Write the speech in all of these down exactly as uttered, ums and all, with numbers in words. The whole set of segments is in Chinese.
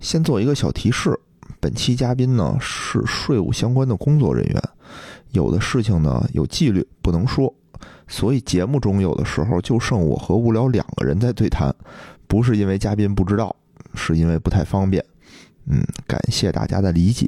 先做一个小提示，本期嘉宾呢是税务相关的工作人员，有的事情呢有纪律不能说，所以节目中有的时候就剩我和无聊两个人在对谈，不是因为嘉宾不知道，是因为不太方便。嗯，感谢大家的理解。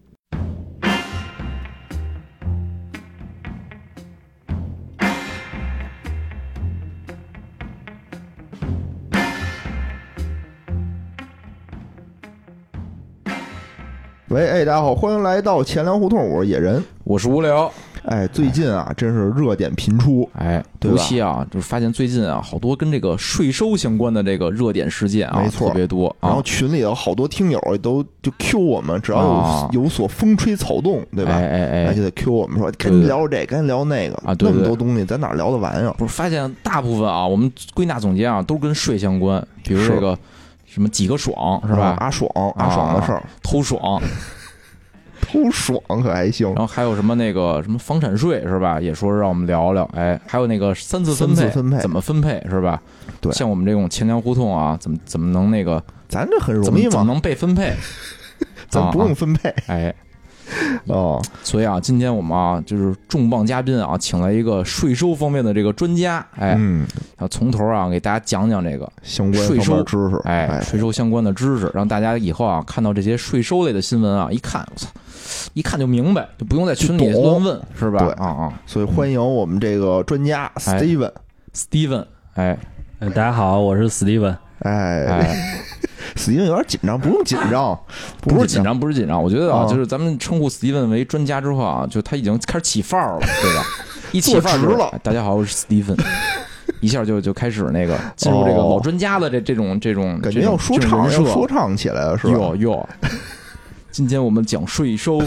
喂，哎，大家好，欢迎来到钱粮胡同，我是野人， 我是无聊。 哎，最近啊，真是热点频出， 哎，尤其啊，就是发现最近啊，好多跟这个税收相关的这个热点事件啊， 没错， 特别多。 然后群里有好多听友都就 Q 我们，只要有、啊、有所风吹草动，对吧？ 哎哎哎， 就得 Q 我们说，赶紧聊这，赶紧聊那个啊，对对对， 那么多东西，咱哪聊得完呀？ 不是，发现大部分啊，我们归纳总结啊，都跟税相关，比如这个什么几个爽是吧？ 啊、阿爽，阿爽的事儿、啊， 偷爽。 偷爽可还行， 然后还有什么那个什么房产税是吧？也说是让我们聊聊，哎，还有那个三次分配， 三次分配怎么分配是吧？ 对， 像我们这种钱粮胡同啊，怎么怎么能那个？ 咱这很容易嘛， 怎么能被分配？ 咱不用分配， 啊、哎， 哦， 所以啊，今天我们啊就是重磅嘉宾啊，请来一个税收方面的这个专家，哎， 嗯， 要从头啊给大家讲讲这个相关税收知识， 哎，哎税收相关的知识，让大家以后啊看到这些税收类的新闻啊，一看我操。一看就明白，就不用在群里乱问，是吧？ 对啊啊！ 所以欢迎我们这个专家 Steven，Steven， 哎， 大家好，我是 Steven， 哎哎，Steven 有点紧张，不用紧张， 不是紧张，不是紧张。我觉得啊，就是咱们称呼 Steven 为专家之后啊，就他已经开始起范儿了，对吧？一起范儿了， 大家好，我是 Steven， 一下就就开始那个进入这个老专家的这这种这种感觉要说唱，要说唱起来了，是吧？ 哟哟。今天我们讲税收，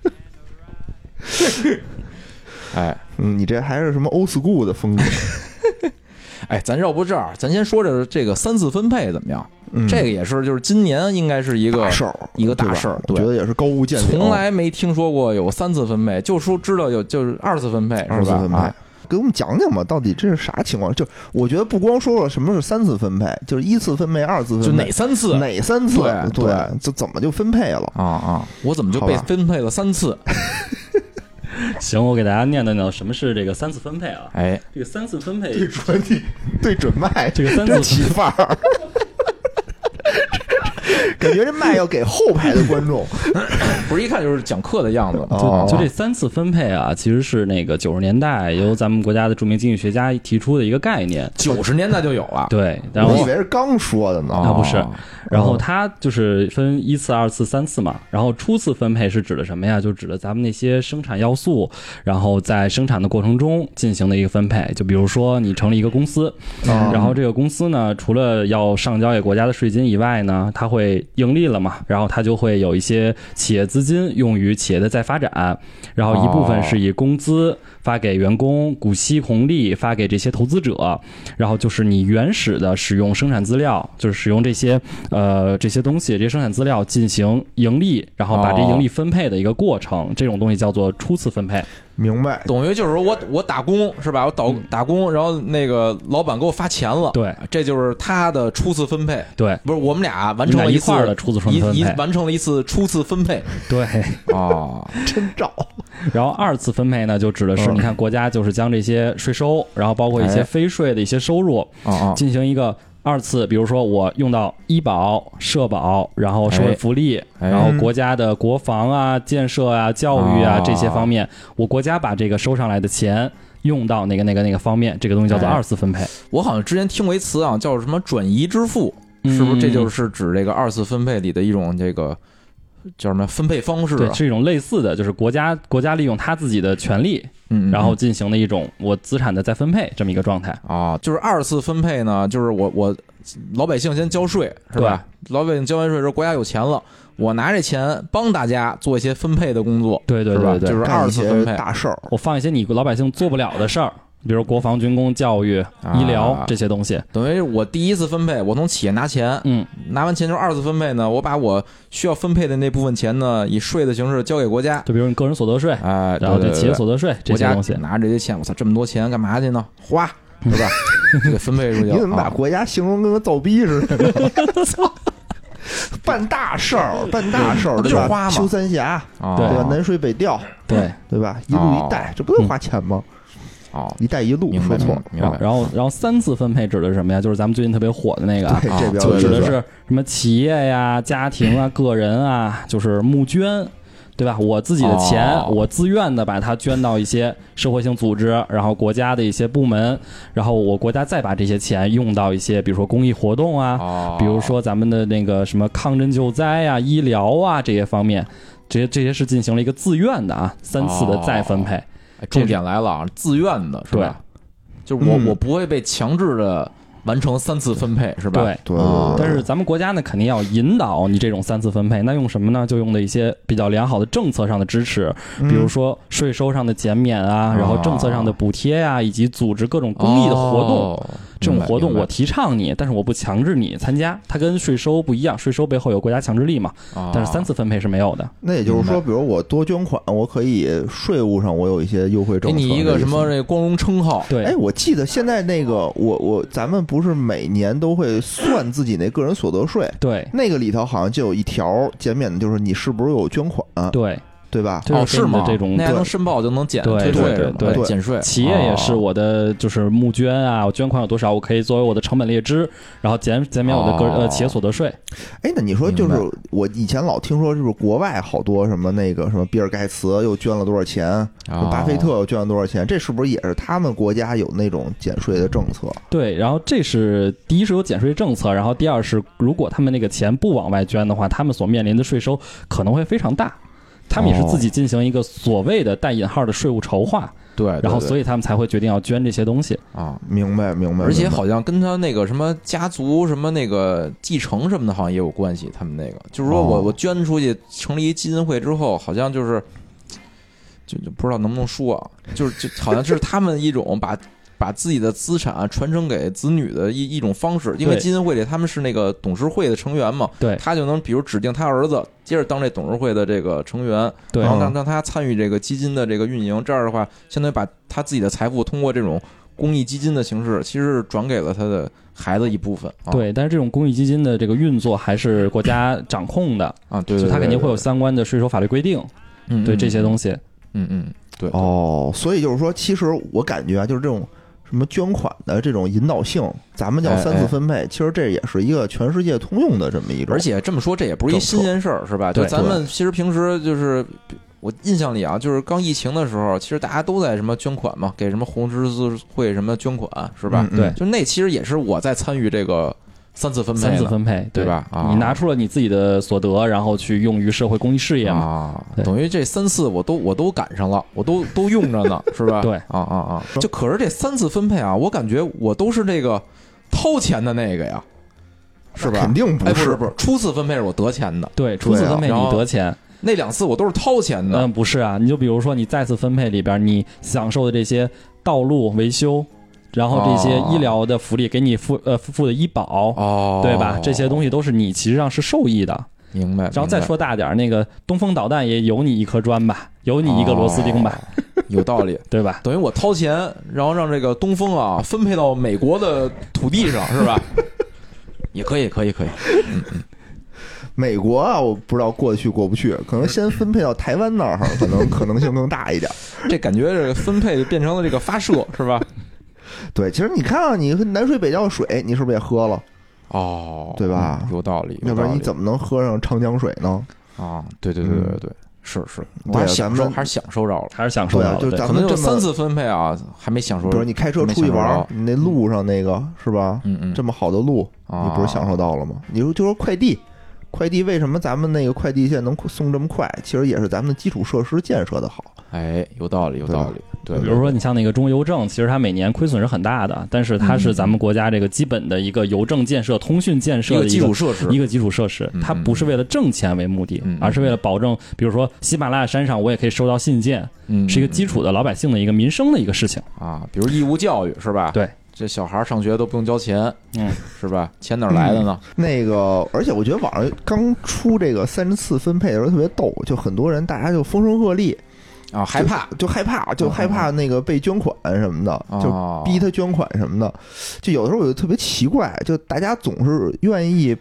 哎， 嗯，你这还是什么 old school 的风格？ 哎，咱要不这儿，咱先说着这个三次分配怎么样？嗯、这个也是，就是今年应该是一个大事儿， 一个大事儿， 我觉得也是高屋建瓴。 从来没听说过有三次分配，就说知道有就是二次分配， 二次分配。 啊给我们讲讲吧，到底这是啥情况？就我觉得不光说了什么是三次分配，就是一次分配、二次分配， 就哪三次？ 哪三次？ 对， 对就怎么就分配了啊啊！我怎么就被分配了三次？ 行，我给大家念叨念叨什么是这个三次分配啊？ 哎， 这个三次分配对准你对准麦， 这个三次起范儿。感觉这麦要给后排的观众， 不是一看就是讲课的样子。 就就这三次分配啊，其实是那个九十年代由咱们国家的著名经济学家提出的一个概念。 九十年代就有了， 对。然后我以为是刚说的呢， 那不是。然后它就是分一次、二次、三次嘛。然后初次分配是指的什么呀？就指的咱们那些生产要素，然后在生产的过程中进行的一个分配。就比如说你成立一个公司，然后这个公司呢，除了要上交给国家的税金以外呢，它会盈利了嘛，然后它就会有一些企业资金用于企业的再发展，然后一部分是以工资发给员工，股息红利发给这些投资者，然后就是你原始的使用生产资料，就是使用这些呃这些东西，这些生产资料进行盈利，然后把这盈利分配的一个过程，这种东西叫做初次分配。 明白， 等于就是说我我打工是吧？我打打工，然后那个老板给我发钱了， 对， 这就是他的初次分配。 对， 不是我们俩完成了一次的初次分配， 一完成了一次初次分配。 对啊， 真照。 然后二次分配呢，就指的是你看国家就是将这些税收，然后包括一些非税的一些收入，进行一个。二次，比如说我用到医保、社保，然后社会福利， 哎、 然后国家的国防啊、建设啊、教育啊、哦、这些方面，我国家把这个收上来的钱用到那个那个那个方面，这个东西叫做二次分配。 哎、我好像之前听过一词啊，叫什么转移支付，是不是？这就是指这个二次分配里的一种这个。叫什么分配方式、啊？ 对，是一种类似的，就是国家国家利用他自己的权利， 嗯， 然后进行的一种我资产的再分配这么一个状态啊。就是二次分配呢，就是我我老百姓先交税是吧？老百姓交完税之后，国家有钱了，我拿这钱帮大家做一些分配的工作， 对对对对，就是二次分配大事儿， 我放一些你老百姓做不了的事儿。比如国防军工、教育、医疗、啊、这些东西， 等于我第一次分配，我从企业拿钱， 嗯， 拿完钱之后二次分配呢，我把我需要分配的那部分钱呢，以税的形式交给国家， 就比如你个人所得税， 哎， 然后这企业所得税这些东西， 国家拿着这些钱，我操，这么多钱干嘛去呢？花，对吧？这个分配出去， 你怎么把国家形容跟个造逼似的？ 办大事儿，办大事儿，对吧？修三峡，对吧？南水北调， 对对吧？一路一带，这不都花钱吗？ 哦， 一带一路，说错了。 然后，然后三次分配指的是什么呀？就是咱们最近特别火的那个， 对，这边就指的是什么企业呀、家庭啊、个人啊，就是募捐。对吧？我自己的钱，哦、我自愿的把它捐到一些社会性组织，然后国家的一些部门，然后我国家再把这些钱用到一些，比如说公益活动啊， 哦、 比如说咱们的那个什么抗震救灾啊、医疗啊这些方面，这些这些是进行了一个自愿的啊三次的再分配。 哦、重点来了啊，自愿的是吧？就是我、嗯、我不会被强制的。完成三次分配是吧？ 对对、 嗯，但是咱们国家呢，肯定要引导你这种三次分配。那用什么呢？就用的一些比较良好的政策上的支持，比如说税收上的减免啊， 嗯、 然后政策上的补贴啊，以及组织各种公益的活动。 哦、 这种活动我提倡你，但是我不强制你参加。它跟税收不一样，税收背后有国家强制力嘛。 哦、 但是三次分配是没有的。 那也就是说，比如我多捐款，我可以税务上我有一些优惠政策。 给你一个什么这光荣称号？ 对， 哎，我记得现在那个我我咱们不是每年都会算自己那个人所得税， 对， 那个里头好像就有一条减免的，就是你是不是有捐款， 对。 对吧？ 哦，是吗？ 这种那还能申报就能减退税， 对对， 减税。 企业也是我的，就是募捐啊，我捐款有多少，我可以作为我的成本列支，然后减减免我的个呃企业所得税。 哎，那你说就是我以前老听说，就是国外好多什么那个什么比尔盖茨又捐了多少钱，巴菲特又捐了多少钱，这是不是也是他们国家有那种减税的政策？ 对，然后这是第一是有减税政策，然后第二是如果他们那个钱不往外捐的话，他们所面临的税收可能会非常大。他们也是自己进行一个所谓的带引号的税务筹划， 对， 然后所以他们才会决定要捐这些东西啊。 明白，明白。 而且好像跟他那个什么家族什么那个继承什么的，好像也有关系。他们那个就是说我我捐出去成立一基金会之后，好像就是就就不知道能不能说啊，就是就好像是他们一种把。把自己的资产传承给子女的一一种方式，因为基金会里他们是那个董事会的成员嘛， 对， 他就能比如指定他儿子接着当这董事会的这个成员， 对， 然后让让他参与这个基金的这个运营，这样的话，相当于把他自己的财富通过这种公益基金的形式，其实转给了他的孩子一部分。啊、 对，但是这种公益基金的这个运作还是国家掌控的啊，对， 对， 对， 对， 对， 他肯定会有相关的税收法律规定， 嗯， 对这些东西， 嗯嗯，对， 哦，所以就是说，其实我感觉啊，就是这种。什么捐款的这种引导性，咱们叫三次分配，哎哎其实这也是一个全世界通用的这么一种。 而且这么说，这也不是一新鲜事儿，是吧？就咱们其实平时就是，我印象里啊，就是刚疫情的时候，其实大家都在什么捐款嘛，给什么红十字会什么捐款，是吧？ 对， 就那其实也是我在参与这个。三次分配， 三次分配， 对吧？ 啊、你拿出了你自己的所得，然后去用于社会公益事业嘛？ 啊，等于这三次我都我都赶上了，我都都用着呢，是吧？ 对， 啊啊啊！就可是这三次分配啊，我感觉我都是这个掏钱的那个呀，是吧？ 肯定不是， 哎、不是不是，初次分配是我得钱的， 对，初次分配你得钱。 啊、那两次我都是掏钱的， 嗯，不是啊，你就比如说你再次分配里边，你享受的这些道路维修。然后这些医疗的福利给你付呃付的医保， 哦， 对吧？这些东西都是你其实上是受益的， 明白。 然后再说大点，那个东风导弹也有你一颗砖吧，有你一个螺丝钉吧， 哦、有道理， 对吧？ 等于我掏钱，然后让这个东风啊分配到美国的土地上，是吧？也可以，可以，可以。嗯嗯。 美国啊，我不知道过得去过不去，可能先分配到台湾那儿，可能可能性更大一点。 这感觉这个分配变成了这个发射，是吧？ 对，其实你看啊，你南水北调水，你是不是也喝了？ 哦， 对吧？ 嗯、有道理， 要不然你怎么能喝上长江水呢？ 啊，对对对对对，嗯、是是， 我还是享受，还是享受着了， 还是享受着了。 就咱们可能就三次分配啊，还没享受。 比如你开车出去玩，你那路上那个是吧？ 嗯嗯， 这么好的路，你不是享受到了吗？你说就说快递。快递为什么咱们那个快递线能送这么快？其实也是咱们的基础设施建设的好。 哎，有道理，有道理。对， 比如说你像那个中邮政，其实它每年亏损是很大的，但是它是咱们国家这个基本的一个邮政建设、通讯建设的一个基础设施， 一个基础设施。它不是为了挣钱为目的，而是为了保证，比如说喜马拉雅山上我也可以收到信件，是一个基础的老百姓的一个民生的一个事情啊。比如义务教育是吧？ 对。 这小孩上学都不用交钱， 嗯， 是吧？钱哪来的呢？ 嗯、那个，而且我觉得网上刚出这个三次分配的时候特别逗，就很多人大家就风声鹤唳啊，害怕， 就害怕，就害怕那个被捐款什么的， 嗯、 就逼他捐款什么的。就有的时候我就特别奇怪，就大家总是愿意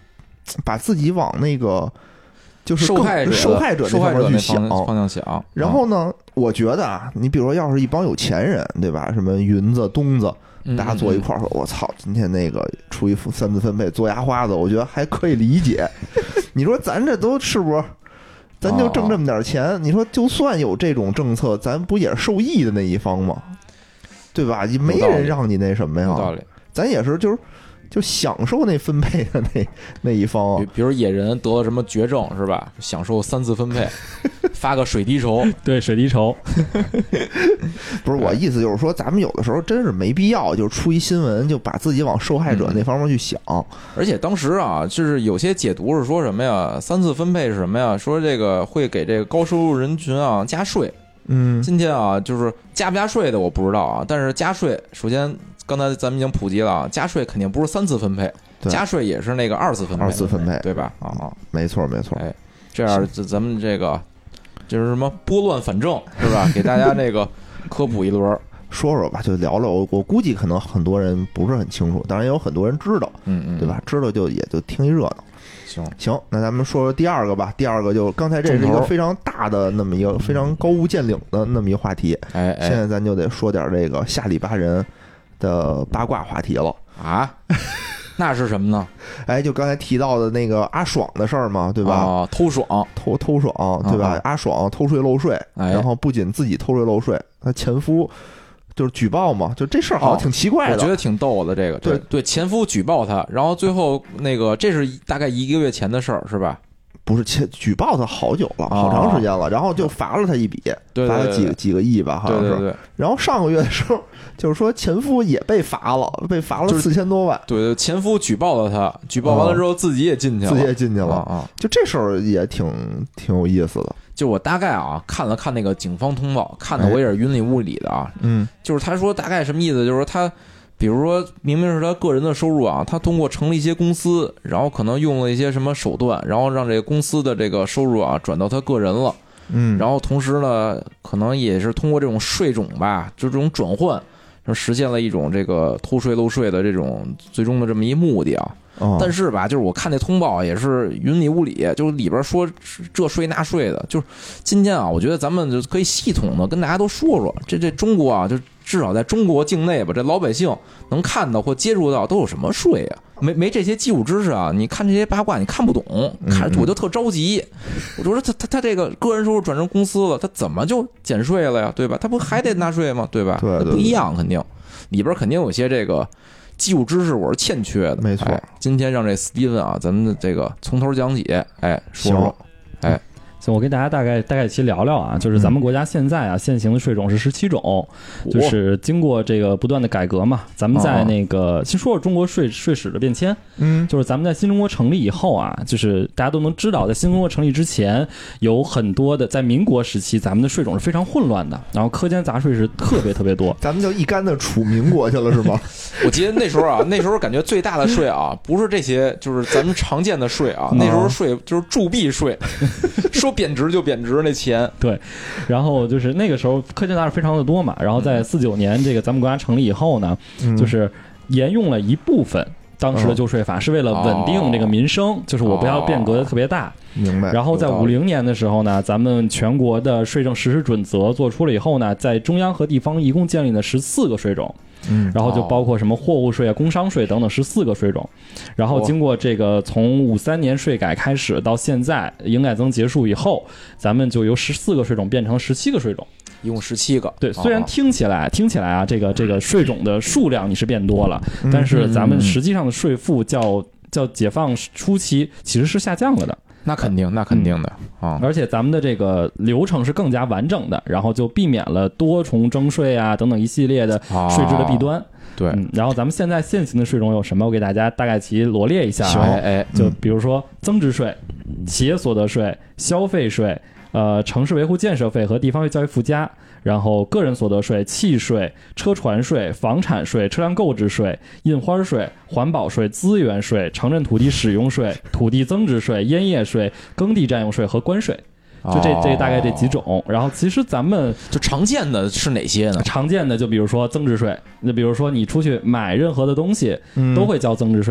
把自己往那个就是受害者受害者受害者那方面去想方向想。 然后呢，我觉得啊，你比如说要是一帮有钱人，对吧？什么云子、东子。大家坐一块儿说：“我操，今天那个出一三次分配做牙花子，我觉得还可以理解。你说咱这都是不是？咱就挣这么点钱，你说就算有这种政策，咱不也是受益的那一方吗？对吧？你没人让你那什么呀？ 有道理， 咱也是就是就享受那分配的那那一方、啊。 比比如野人得了什么绝症是吧？享受三次分配，发个水滴筹， 对水滴筹。 不是我意思，就是说咱们有的时候真是没必要，就出一新闻就把自己往受害者那方面去想。嗯、 而且当时啊，就是有些解读是说什么呀？三次分配是什么呀？说这个会给这个高收入人群啊加税。 嗯， 今天啊，就是加不加税的我不知道啊，但是加税，首先刚才咱们已经普及了啊，加税肯定不是三次分配，加税也是那个二次分配， 二次分配， 对吧？啊， 没错没错。 哎，这样咱们这个就是什么拨乱反正是吧？给大家这个科普一轮， 说说吧，就聊聊。我我估计可能很多人不是很清楚，当然也有很多人知道， 嗯嗯， 对吧？知道就也就听一热闹。 行行，那咱们说说第二个吧。第二个就刚才这是一个非常大的那么一个非常高屋建瓴的那么一个话题。 哎哎， 现在咱就得说点这个下里巴人的八卦话题了啊。那是什么呢？ 哎，就刚才提到的那个阿爽的事儿嘛，对吧？ 啊，偷爽， 偷偷爽，对吧？啊、阿爽偷税漏税， 哎、 然后不仅自己偷税漏税，他前夫就是举报嘛，就这事儿好像挺奇怪的， 哦、我觉得挺逗的。这个对对，前夫举报他，然后最后那个这是大概一个月前的事儿，是吧？ 不是，前举报他好久了，好长时间了，然后就罚了他一笔， 对对对罚了几个几个亿吧，好像是。 对对对。 然后上个月的时候，就是说前夫也被罚了，被罚了四千多万。 对对，前夫举报了他，举报完了之后自己也进去了， 自己也进去了啊。 就这事儿也挺挺有意思的。 就我大概啊看了看那个警方通报，看的我也是云里雾里的啊。 嗯， 就是他说大概什么意思，就是说他。比如说明明是他个人的收入啊，他通过成立一些公司，然后可能用了一些什么手段，然后让这个公司的这个收入啊转到他个人了， 嗯， 然后同时呢，可能也是通过这种税种吧，就这种转换，实现了一种这个偷税漏税的这种最终的这么一目的啊。 哦、 但是吧，就是我看那通报也是云里雾里，就是里边说这税那税的。就是今天啊，我觉得咱们就可以系统的跟大家都说说，这这中国啊，就至少在中国境内吧，这老百姓能看到或接触到都有什么税啊？没没这些基础知识啊，你看这些八卦你看不懂，看着我就特着急。我说他他他这个个人收入转成公司了，他怎么就减税了呀？对吧？他不还得纳税吗？对吧？ 对， 不一样，肯定里边肯定有些这个。基础知识我是欠缺的， 没错、 哎。今天让这斯蒂芬啊，咱们这个从头讲起，哎，说说，哎， 行，我跟大家大概大概一起聊聊啊，就是咱们国家现在啊，现行的税种是十七种， 嗯、 就是经过这个不断的改革嘛，咱们在那个、哦、先说说中国税税史的变迁， 嗯， 就是咱们在新中国成立以后啊，就是大家都能知道，在新中国成立之前，有很多的在民国时期，咱们的税种是非常混乱的，然后苛捐杂税是特别特别多， 咱们就一竿子杵民国去了，是吗？ 我记得那时候啊，那时候感觉最大的税啊，不是这些，就是咱们常见的税啊，那时候税就是铸币税，说贬值就贬值那钱。 对，然后就是那个时候苛捐杂税非常的多嘛，然后在四九年这个咱们国家成立以后呢， 嗯、 就是沿用了一部分当时的旧税法，是为了稳定这个民生， 哦、 就是我不要变革的特别大。 明白。 然后在五零年的时候呢，咱们全国的税政实施准则做出了以后呢，在中央和地方一共建立了十四个税种。 嗯， 然后就包括什么货物税啊、工商税等等十四个税种，然后经过这个从五三年税改开始到现在营改增结束以后，咱们就由十四个税种变成十七个税种， 一共十七个。 对，虽然听起来听起来啊，这个这个税种的数量你是变多了，但是咱们实际上的税负较较解放初期其实是下降了的。 那肯定，那肯定的啊！ 而且咱们的这个流程是更加完整的，然后就避免了多重征税啊等等一系列的税制的弊端。 啊、对、 嗯，然后咱们现在现行的税种有什么？我给大家大概其罗列一下啊。 哎， 就比如说增值税、企业所得税、消费税、呃城市维护建设费和地方教育附加。然后个人所得税、契税、车船税、房产税、车辆购置税、印花税、环保税、资源税、城镇土地使用税、土地增值税、烟叶税、耕地占用税和关税，就这这大概这几种。然后其实咱们就常见的是哪些呢？ 常见的就比如说增值税，那比如说你出去买任何的东西都会交增值税。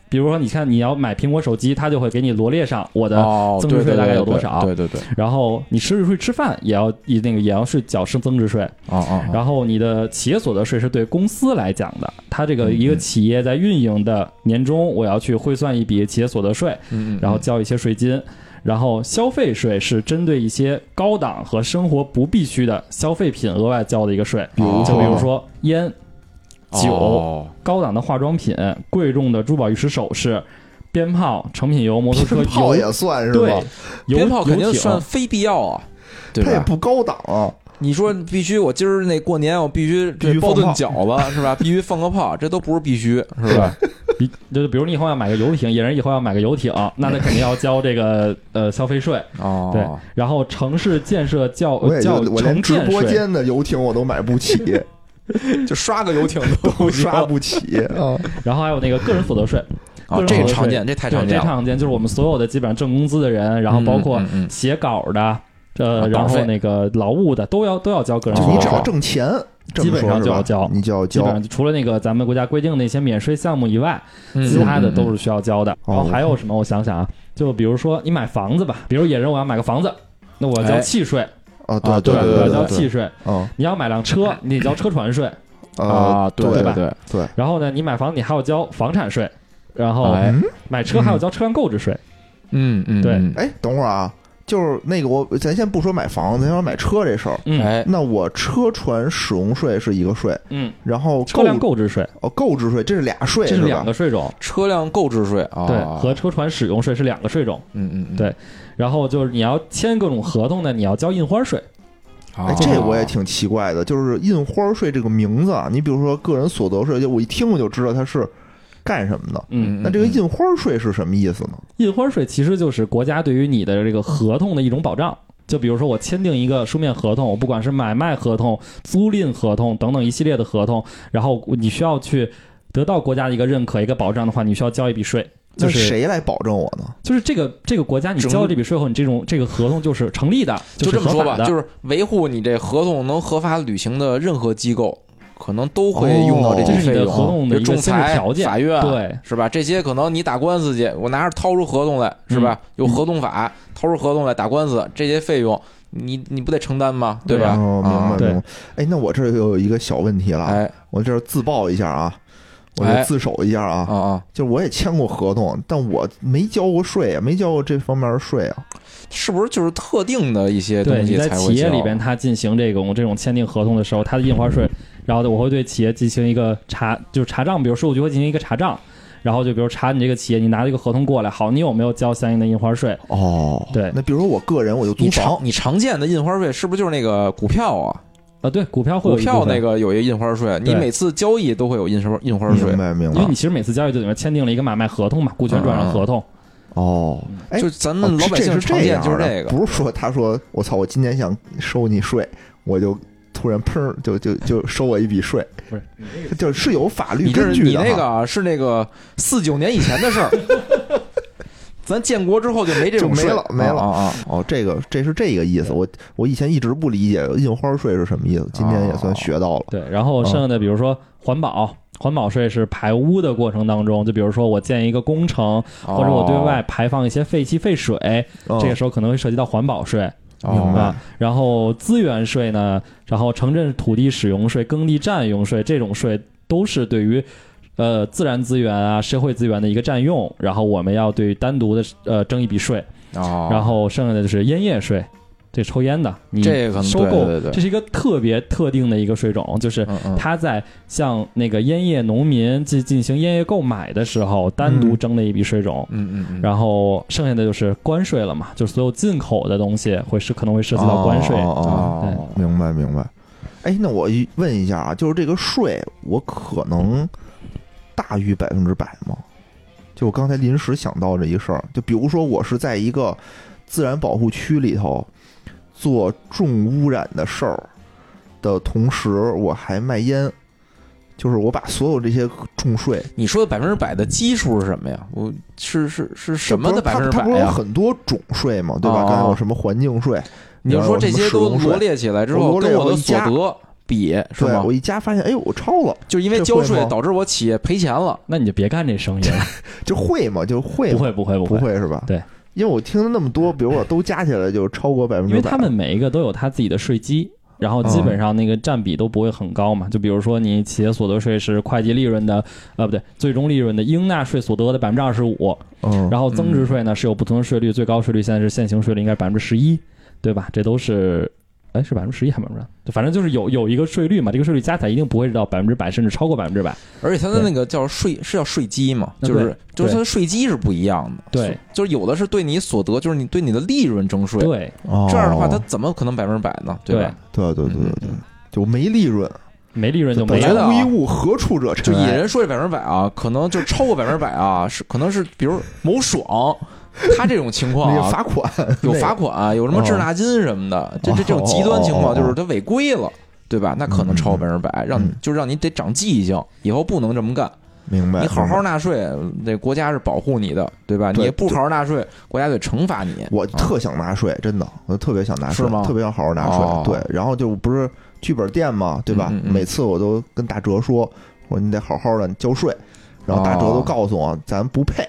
比如说，你看你要买苹果手机，它就会给你罗列上我的增值税大概有多少。 哦、对, 对, 对, 对, 对, 对。 然后你吃出去吃饭也要那个也要是缴是增值税。 哦哦。 然后你的企业所得税是对公司来讲的，它这个一个企业在运营的年中，我要去汇算一笔企业所得税， 嗯， 然后交一些税金。然后消费税是针对一些高档和生活不必须的消费品额外交的一个税， 哦、 就比如说烟。酒、 哦、 高档的化妆品、贵重的珠宝玉石首饰、鞭炮、成品油、摩托车鞭炮也算是吧？ 对， 鞭炮肯定算非必要啊，对吧？ 它也不高档啊。 你说必须我今儿那过年我必须这包顿饺子是吧？必须放个炮，这都不是必须是吧？ 就比如你以后要买个游艇，野人以后要买个游艇，那他肯定要交这个呃消费税哦。 对，然后城市建设教教我连直播间的游艇我都买不起。 就刷个游艇都刷不起啊！ 然后还有那个个人所得税， 哦，这常见，这太常见了， 这常见，就是我们所有的基本上挣工资的人，然后包括写稿的，呃，然后那个劳务的都要都要交个人所得税。 你只要挣钱， 基本上就要交， 你就要交。 基本上除了那个咱们国家规定的那些免税项目以外，其他的都是需要交的。然后还有什么？我想想啊，就比如说你买房子吧，比如野人我要买个房子，那我要交契税。 啊，对对对对， 要交契税。 嗯， 你要买辆车，你得交车船税。 啊，对对吧？ 对对。 然后呢，你买房你还要交房产税，然后买车还要交车辆购置税。 嗯嗯， 对。 哎，等会儿啊，就是那个我，咱先不说买房子，咱说买车这事儿。 嗯， 哎， 那我车船使用税是一个税， 嗯， 然后车辆购置税， 哦，购置税这是俩税， 这是两个税种， 车辆购置税啊， 对，和车船使用税是两个税种。 嗯嗯， 对。然后就是你要签各种合同呢，你要交印花税。 哎，这我也挺奇怪的，就是印花税这个名字啊，你比如说个人所得税，就我一听我就知道它是干什么的。 嗯， 那这个印花税是什么意思呢？ 印花税其实就是国家对于你的这个合同的一种保障。就比如说我签订一个书面合同，我不管是买卖合同、租赁合同等等一系列的合同，然后你需要去得到国家的一个认可、一个保障的话，你需要交一笔税。就是谁来保证我呢？ 就是这个这个国家，你交了这笔税后，你这种这个合同就是成立的， 就这么说吧， 就就是维护你这合同能合法履行的任何机构，可能都会用到这笔费用。 这是你的合同的一个先决条件， 法院对， 是吧？这些可能你打官司去，我拿着掏出合同来，是吧？有合同法，掏出合同来打官司，这些费用你你不得承担吗？对吧？ 哦，明白对明白。哎，那我这有一个小问题了， 哎， 我这自曝一下啊。我就自首一下啊！ 啊啊！ 就我也签过合同，但我没交过税啊，没交过这方面的税啊。 是不是就是特定的一些东西才会交？ 对，你在企业里边，他进行这种这种签订合同的时候，他的印花税，然后我会对企业进行一个查，就是查账，比如税务局会进行一个查账，然后就比如查你这个企业，你拿这个合同过来，好，你有没有交相应的印花税？ 哦， 对。 那比如说我个人，我就租房， 你常见的印花税是不是就是那个股票啊？ 啊，对，股票会有股票那个有一个印花税，你每次交易都会有印花印花税， 明白明白。 因为你其实每次交易就等于签订了一个买卖合同嘛，股权转让合同。 哦，哎， 就咱们老百姓常见就是这个， 不是说他说我操，我今年想收你税，我就突然砰就就就收我一笔税， 不是， 就是有法律根据的。 你那个是那个四九年以前的事儿。咱建国之后就没这种税，就没了，没了啊！ 哦，这个这是这个意思。我我以前一直不理解印花税是什么意思，今天也算学到了。 对，然后剩下的比如说环保，环保税是排污的过程当中，就比如说我建一个工程，或者我对外排放一些废气废水，这个时候可能会涉及到环保税。 明白。 然后资源税呢，然后城镇土地使用税、耕地占用税这种税都是对于。呃，自然资源啊，社会资源的一个占用，然后我们要对单独的呃征一笔税， 哦， 然后剩下的就是烟业税，这抽烟的，你这个收购， 对对对， 这是一个特别特定的一个税种，就是它在向那个烟业农民进进行烟业购买的时候，单独征的一笔税种， 嗯嗯嗯， 然后剩下的就是关税了嘛，就是所有进口的东西会是可能会涉及到关税， 哦，哦对，明白明白。哎，那我问一下啊，就是这个税，我可能。大于百分之百吗？就我刚才临时想到这一事儿，就比如说我是在一个自然保护区里头做重污染的事儿的同时，我还卖烟，就是我把所有这些重税。 你说的百分之百的基数是什么呀？我是是是什么的百分之百呀？ 它不是有很多种税嘛，对吧？刚才有什么环境税， 你就说这些都罗列起来之后，跟我的所得比是吗？ 我一加发现，哎呦，我超了， 就因为交税导致我企业赔钱了， 那你就别干这生意了。 就会吗？就会不会不会不会不会是吧？ 对， 因为我听了那么多，比如我都加起来就超过百分之百， 因为他们每一个都有他自己的税基。然后基本上那个占比都不会很高嘛，就比如说你企业所得税是会计利润的，呃不对，最终利润的应纳税所得的百分之二十五，然后增值税呢是有不同的税率，最高税率现在是现行税率应该是百分之十一，对吧？这都是，哎是百分之十一还是百分之二？反正就是有有一个税率嘛，这个税率加起来一定不会到百分之百，甚至超过百分之百。 而且它的那个叫税是叫税基嘛，就是就是它的税基是不一样的。 对， 就是有的是对你所得，就是你对你的利润征税。 对， 这样的话它怎么可能百分之百呢？对吧？ 对对对对对，就没利润。 没利润就没了。 无一物，何处惹尘埃？ 就引人说这百分之百啊，可能就超过百分之百啊，是可能是比如某爽。他这种情况啊， 罚款有罚款，有什么滞纳金什么的，这这这种极端情况就是他违规了，对吧？那可能超过百分之百，让你就让你得长记性，以后不能这么干。 明白？ 你好好纳税，这国家是保护你的，对吧？你也不好好纳税，国家得惩罚你。 我特想纳税，真的，我特别想纳税， 是吗？ 特别想好好纳税。对，然后就不是剧本店嘛，对吧？每次我都跟大哲说，我说你得好好的交税，然后大哲都告诉我，咱不配。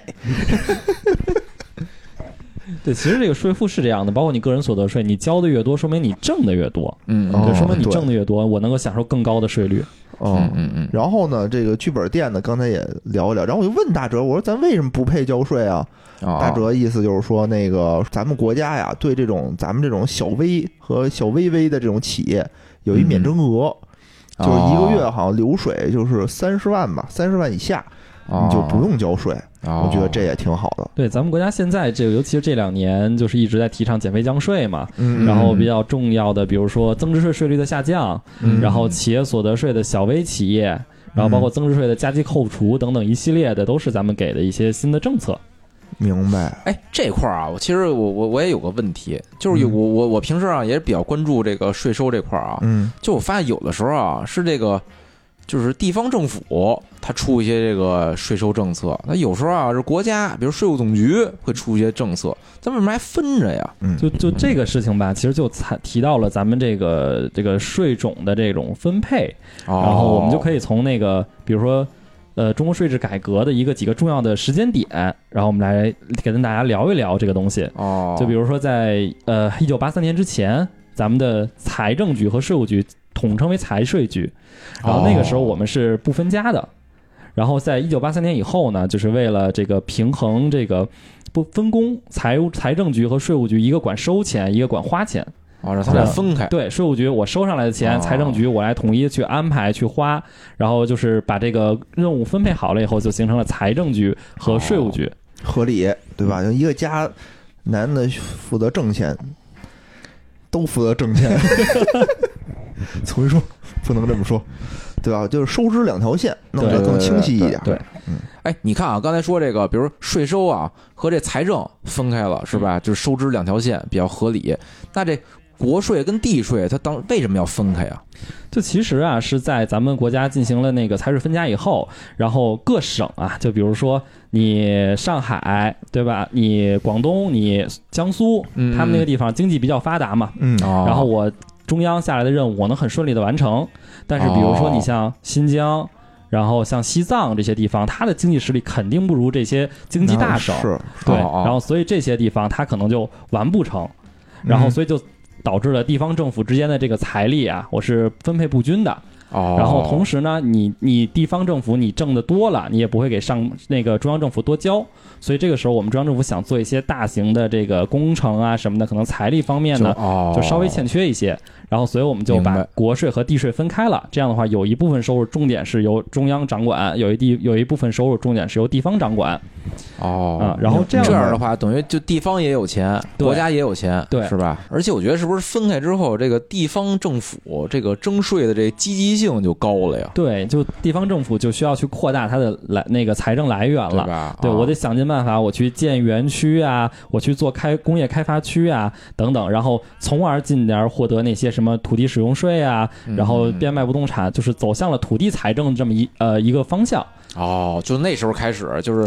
对，其实这个税负是这样的，包括你个人所得税，你交的越多，说明你挣的越多， 嗯， 就说明你挣的越多，我能够享受更高的税率。 嗯嗯嗯。然后呢，这个剧本店呢，刚才也聊一聊，然后我就问大哲，我说咱为什么不配交税啊？大哲意思就是说，那个咱们国家呀，对这种咱们这种小微和小微微的这种企业有一免征额， 嗯、 就是一个月好像流水就是三十万吧，三十万以下。你就不用交税， 哦、 我觉得这也挺好的。 对，咱们国家现在这个，尤其是这两年，就是一直在提倡减肥降税嘛。 嗯。 然后比较重要的，比如说增值税税率的下降， 嗯、 然后企业所得税的小微企业，然后包括增值税的加计扣除等等一系列的，都是咱们给的一些新的政策。 明白。 哎，这块儿啊，我其实我我我也有个问题，就是我我我平时啊也比较关注这个税收这块儿啊。 嗯。 就我发现有的时候啊是这个。就是地方政府它出一些这个税收政策，那有时候啊是国家，比如税务总局会出一些政策，咱为什么还分着呀？ 就就这个事情吧，其实就提到了咱们这个这个税种的这种分配， 哦、 然后我们就可以从那个比如说呃中国税制改革的一个几个重要的时间点，然后我们来跟大家聊一聊这个东西。 哦， 就比如说在呃一九八三年之前，咱们的财政局和税务局统称为财税局，然后那个时候我们是不分家的。然后在一九八三年以后呢，就是为了这个平衡这个不分工，财务财政局和税务局一个管收钱，一个管花钱。 哦，让他俩分开。 对，税务局我收上来的钱， 哦、 财政局我来统一去安排去花，然后就是把这个任务分配好了以后，就形成了财政局和税务局。 哦、合理，对吧？就一个家，男的负责挣钱，都负责挣钱。重新说，不能这么说，对吧？就是收支两条线，弄得更清晰一点。 对， 嗯，哎，你看啊，刚才说这个，比如税收啊和这财政分开了，是吧？嗯、就是收支两条线比较合理。那这国税跟地税，它当为什么要分开呀？ 就其实啊，是在咱们国家进行了那个财税分家以后，然后各省啊，就比如说你上海，对吧？你广东，你江苏， 嗯、 他们那个地方经济比较发达嘛， 嗯， 然后我。中央下来的任务我能很顺利的完成，但是比如说你像新疆、哦、然后像西藏这些地方，它的经济实力肯定不如这些经济大省， 是对、 哦， 然后所以这些地方它可能就完不成，然后所以就导致了地方政府之间的这个财力啊，我是分配不均的。 哦， 然后同时呢，你你地方政府你挣的多了，你也不会给上那个中央政府多交，所以这个时候我们中央政府想做一些大型的这个工程啊什么的，可能财力方面呢就,、哦、 就稍微欠缺一些，然后所以我们就把国税和地税分开了。这样的话，有一部分收入重点是由中央掌管，有一地有一部分收入重点是由地方掌管。 哦， 啊，然后这样这样的话，等于就地方也有钱，国家也有钱， 对， 是吧？而且我觉得是不是分开之后，这个地方政府这个征税的这积极性就高了呀？ 对，就地方政府就需要去扩大它的来那个财政来源了， 对吧？ 对、 哦、 我得想尽办法，我去建园区啊，我去做开工业开发区啊等等，然后从而进而获得那些什么土地使用税啊， 嗯、 然后变卖不动产，就是走向了土地财政这么一呃一个方向。 哦，就那时候开始就是。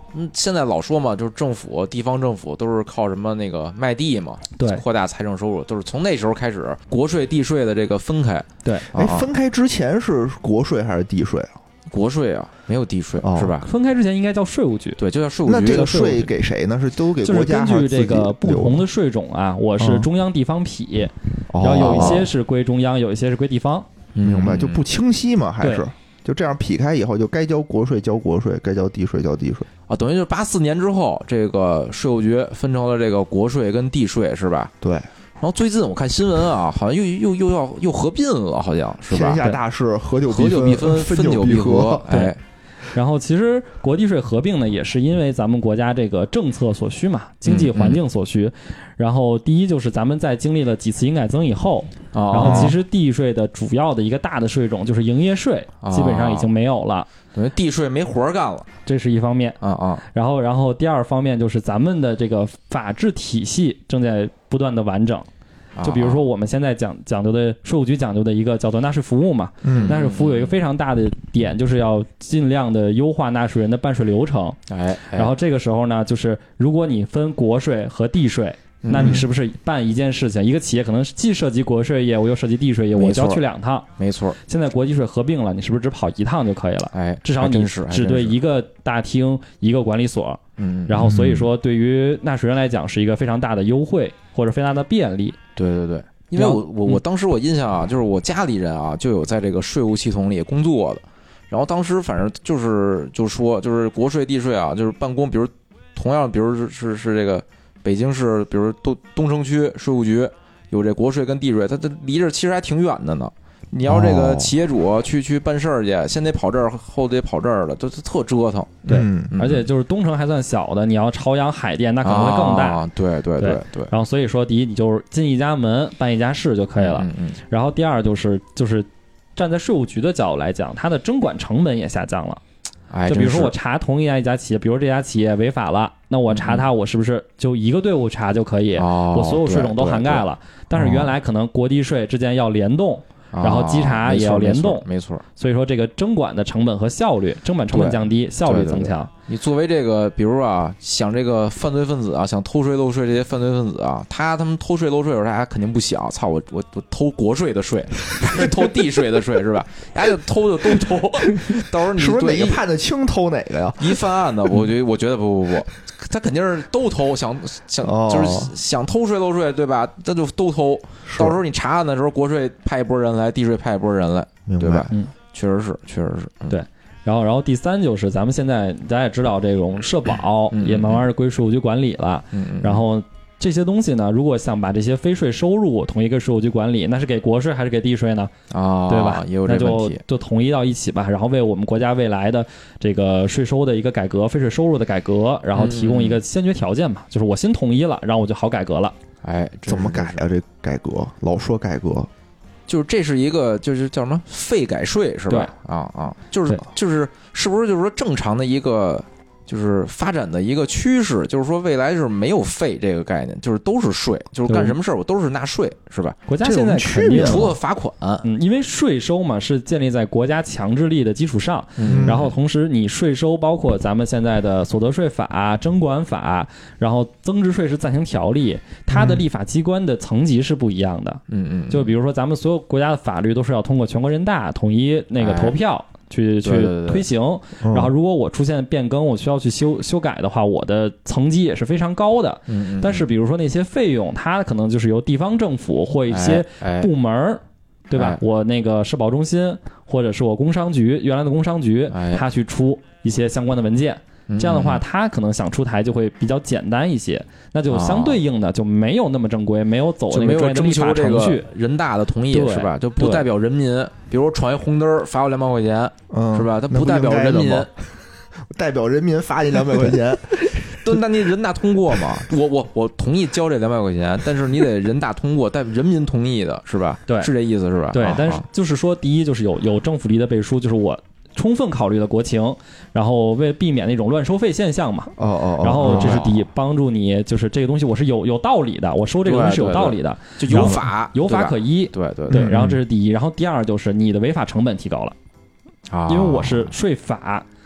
嗯，现在老说嘛，就是政府、地方政府都是靠什么那个卖地嘛， 对， 扩大财政收入，都是从那时候开始，国税、地税的这个分开。 对， 哎，分开之前是国税还是地税啊？ 国税啊，没有地税、哦、是吧？ 分开之前应该叫税务局， 对，就叫税务局。 那这个税给谁呢？是都给国家？ 就是根据这个不同的税种啊，我是中央地方匹， 哦、 然后有一些是归中央，有一些是归地方。 明白，就不清晰嘛，还是？就这样劈开以后，就该交国税交国税，该交地税交地税啊，等于就是八四年之后，这个税务局分成了这个国税跟地税，是吧？ 对。 然后最近我看新闻啊，好像又又又要又合并了，好像是吧？ 天下大事，合久合久必分，分久必合。哎， 然后其实国地税合并呢，也是因为咱们国家这个政策所需嘛，经济环境所需。嗯嗯、然后第一就是咱们在经历了几次营改增以后， 哦、 然后其实地税的主要的一个大的税种就是营业税， 哦、 基本上已经没有了。 等于地税没活干了， 这是一方面啊啊。 然后，然后第二方面就是咱们的这个法治体系正在不断的完整。就比如说我们现在讲讲究的税务局讲究的一个叫做纳税服务嘛， 嗯， 纳税服务有一个非常大的点，就是要尽量的优化纳税人的办税流程。 哎， 然后这个时候呢，就是如果你分国税和地税，那你是不是办一件事情，一个企业可能既涉及国税业务又涉及地税业务，我就要去两趟。 没错。 现在国地税合并了，你是不是只跑一趟就可以了？ 哎， 至少你只对一个大厅一个管理所。 嗯， 然后所以说对于纳税人来讲是一个非常大的优惠或者非常大的便利。 对对对。因为我我我当时我印象啊，就是我家里人啊就有在这个税务系统里工作的，然后当时反正就是就说就是国税地税啊，就是办公，比如同样比如是是是这个北京市，比如东东城区税务局有这国税跟地税，它它离着其实还挺远的呢。你要这个企业主去去办事儿去，先得跑这儿，后得跑这儿的，都特折腾。 对， 嗯、 而且就是东城还算小的，你要朝阳海淀，那可能会更大。 啊、对对对对, 对。 然后所以说，第一，你就是进一家门办一家事就可以了。 嗯嗯。 然后第二就是就是站在税务局的角度来讲，它的征管成本也下降了。 哎， 就比如说我查同一家一家企业，比如这家企业违法了，那我查它，我是不是就一个队伍查就可以？ 哦、 我所有税种都涵盖了。但是原来可能国地税之间要联动。然后稽查也要联动、 哦、没, 错没错， 所以说这个征管的成本和效率，征管成本降低，效率增强。 对对对，你作为这个，比如啊，想这个犯罪分子啊，想偷税漏税这些犯罪分子啊，他他们偷税漏税的时候，大家肯定不想，操我我我偷国税的税，偷地税的税是吧？大家就偷就都偷，到时候你是不是哪个判的轻偷哪个呀？ 一犯案的，我觉得我觉得不不不。他肯定是都偷，想想就是想偷税漏税，对吧？他就都偷。到时候你查案的时候，国税派一波人来，地税派一波人来，对吧？ 嗯， 确实是，确实是。嗯、 对。然后，然后第三就是咱们现在大家也知道，这种社保也慢慢的归税务局管理了。 嗯嗯。 然后这些东西呢，如果想把这些非税收入统一给税务局管理，那是给国税还是给地税呢？ 啊， 对吧？ 也有这问题， 那就就统一到一起吧，然后为我们国家未来的这个税收的一个改革、非税收入的改革，然后提供一个先决条件嘛，嗯、就是我先统一了，然后我就好改革了。 哎， 怎么改啊？这改革老说改革， 就是这是一个就是叫什么废改税是吧？ 对啊啊，就是就是是不是就是说正常的一个。就是发展的一个趋势，就是说未来就是没有费这个概念，就是都是税，就是干什么事儿我都是纳税，是吧？ 国家现在肯定除了罚款， 嗯，因为税收嘛是建立在国家强制力的基础上， 嗯， 然后同时你税收包括咱们现在的所得税法、征管法，然后增值税是暂行条例，它的立法机关的层级是不一样的， 嗯嗯， 就比如说咱们所有国家的法律都是要通过全国人大统一那个投票。哎去去推行，然后如果我出现变更，我需要去修修改的话，我的层级也是非常高的。 嗯， 但是比如说那些费用，它可能就是由地方政府或一些部门， 哎哎、 对吧？ 哎、 我那个社保中心或者是我工商局原来的工商局， 哎、 它去出一些相关的文件。这样的话， 嗯、 它可能想出台就会比较简单一些，那就相对应的就没有那么正规，没有走那个专业的立法程序， 人大的同意是吧？就不代表人民。比如闯一红灯罚我两百块钱， 嗯， 是吧？它不代表人民， 代表人民罚你两百块钱。 对，那你人大通过嘛？我我我同意交这两百块钱，但是你得人大通过，代表人民同意的是吧？ 对， 是这意思是吧？ 对， 啊、 但是就是说，第一就是有有政府力的背书，就是我。充分考虑了国情，然后为避免那种乱收费现象嘛。 哦哦。 然后这是第一，帮助你就是这个东西我是有有道理的，我收这个东西是有道理的， 就有法有法可依。 对对对。然后这是第一，然后第二就是你的违法成本提高了， 啊， 因为我是税法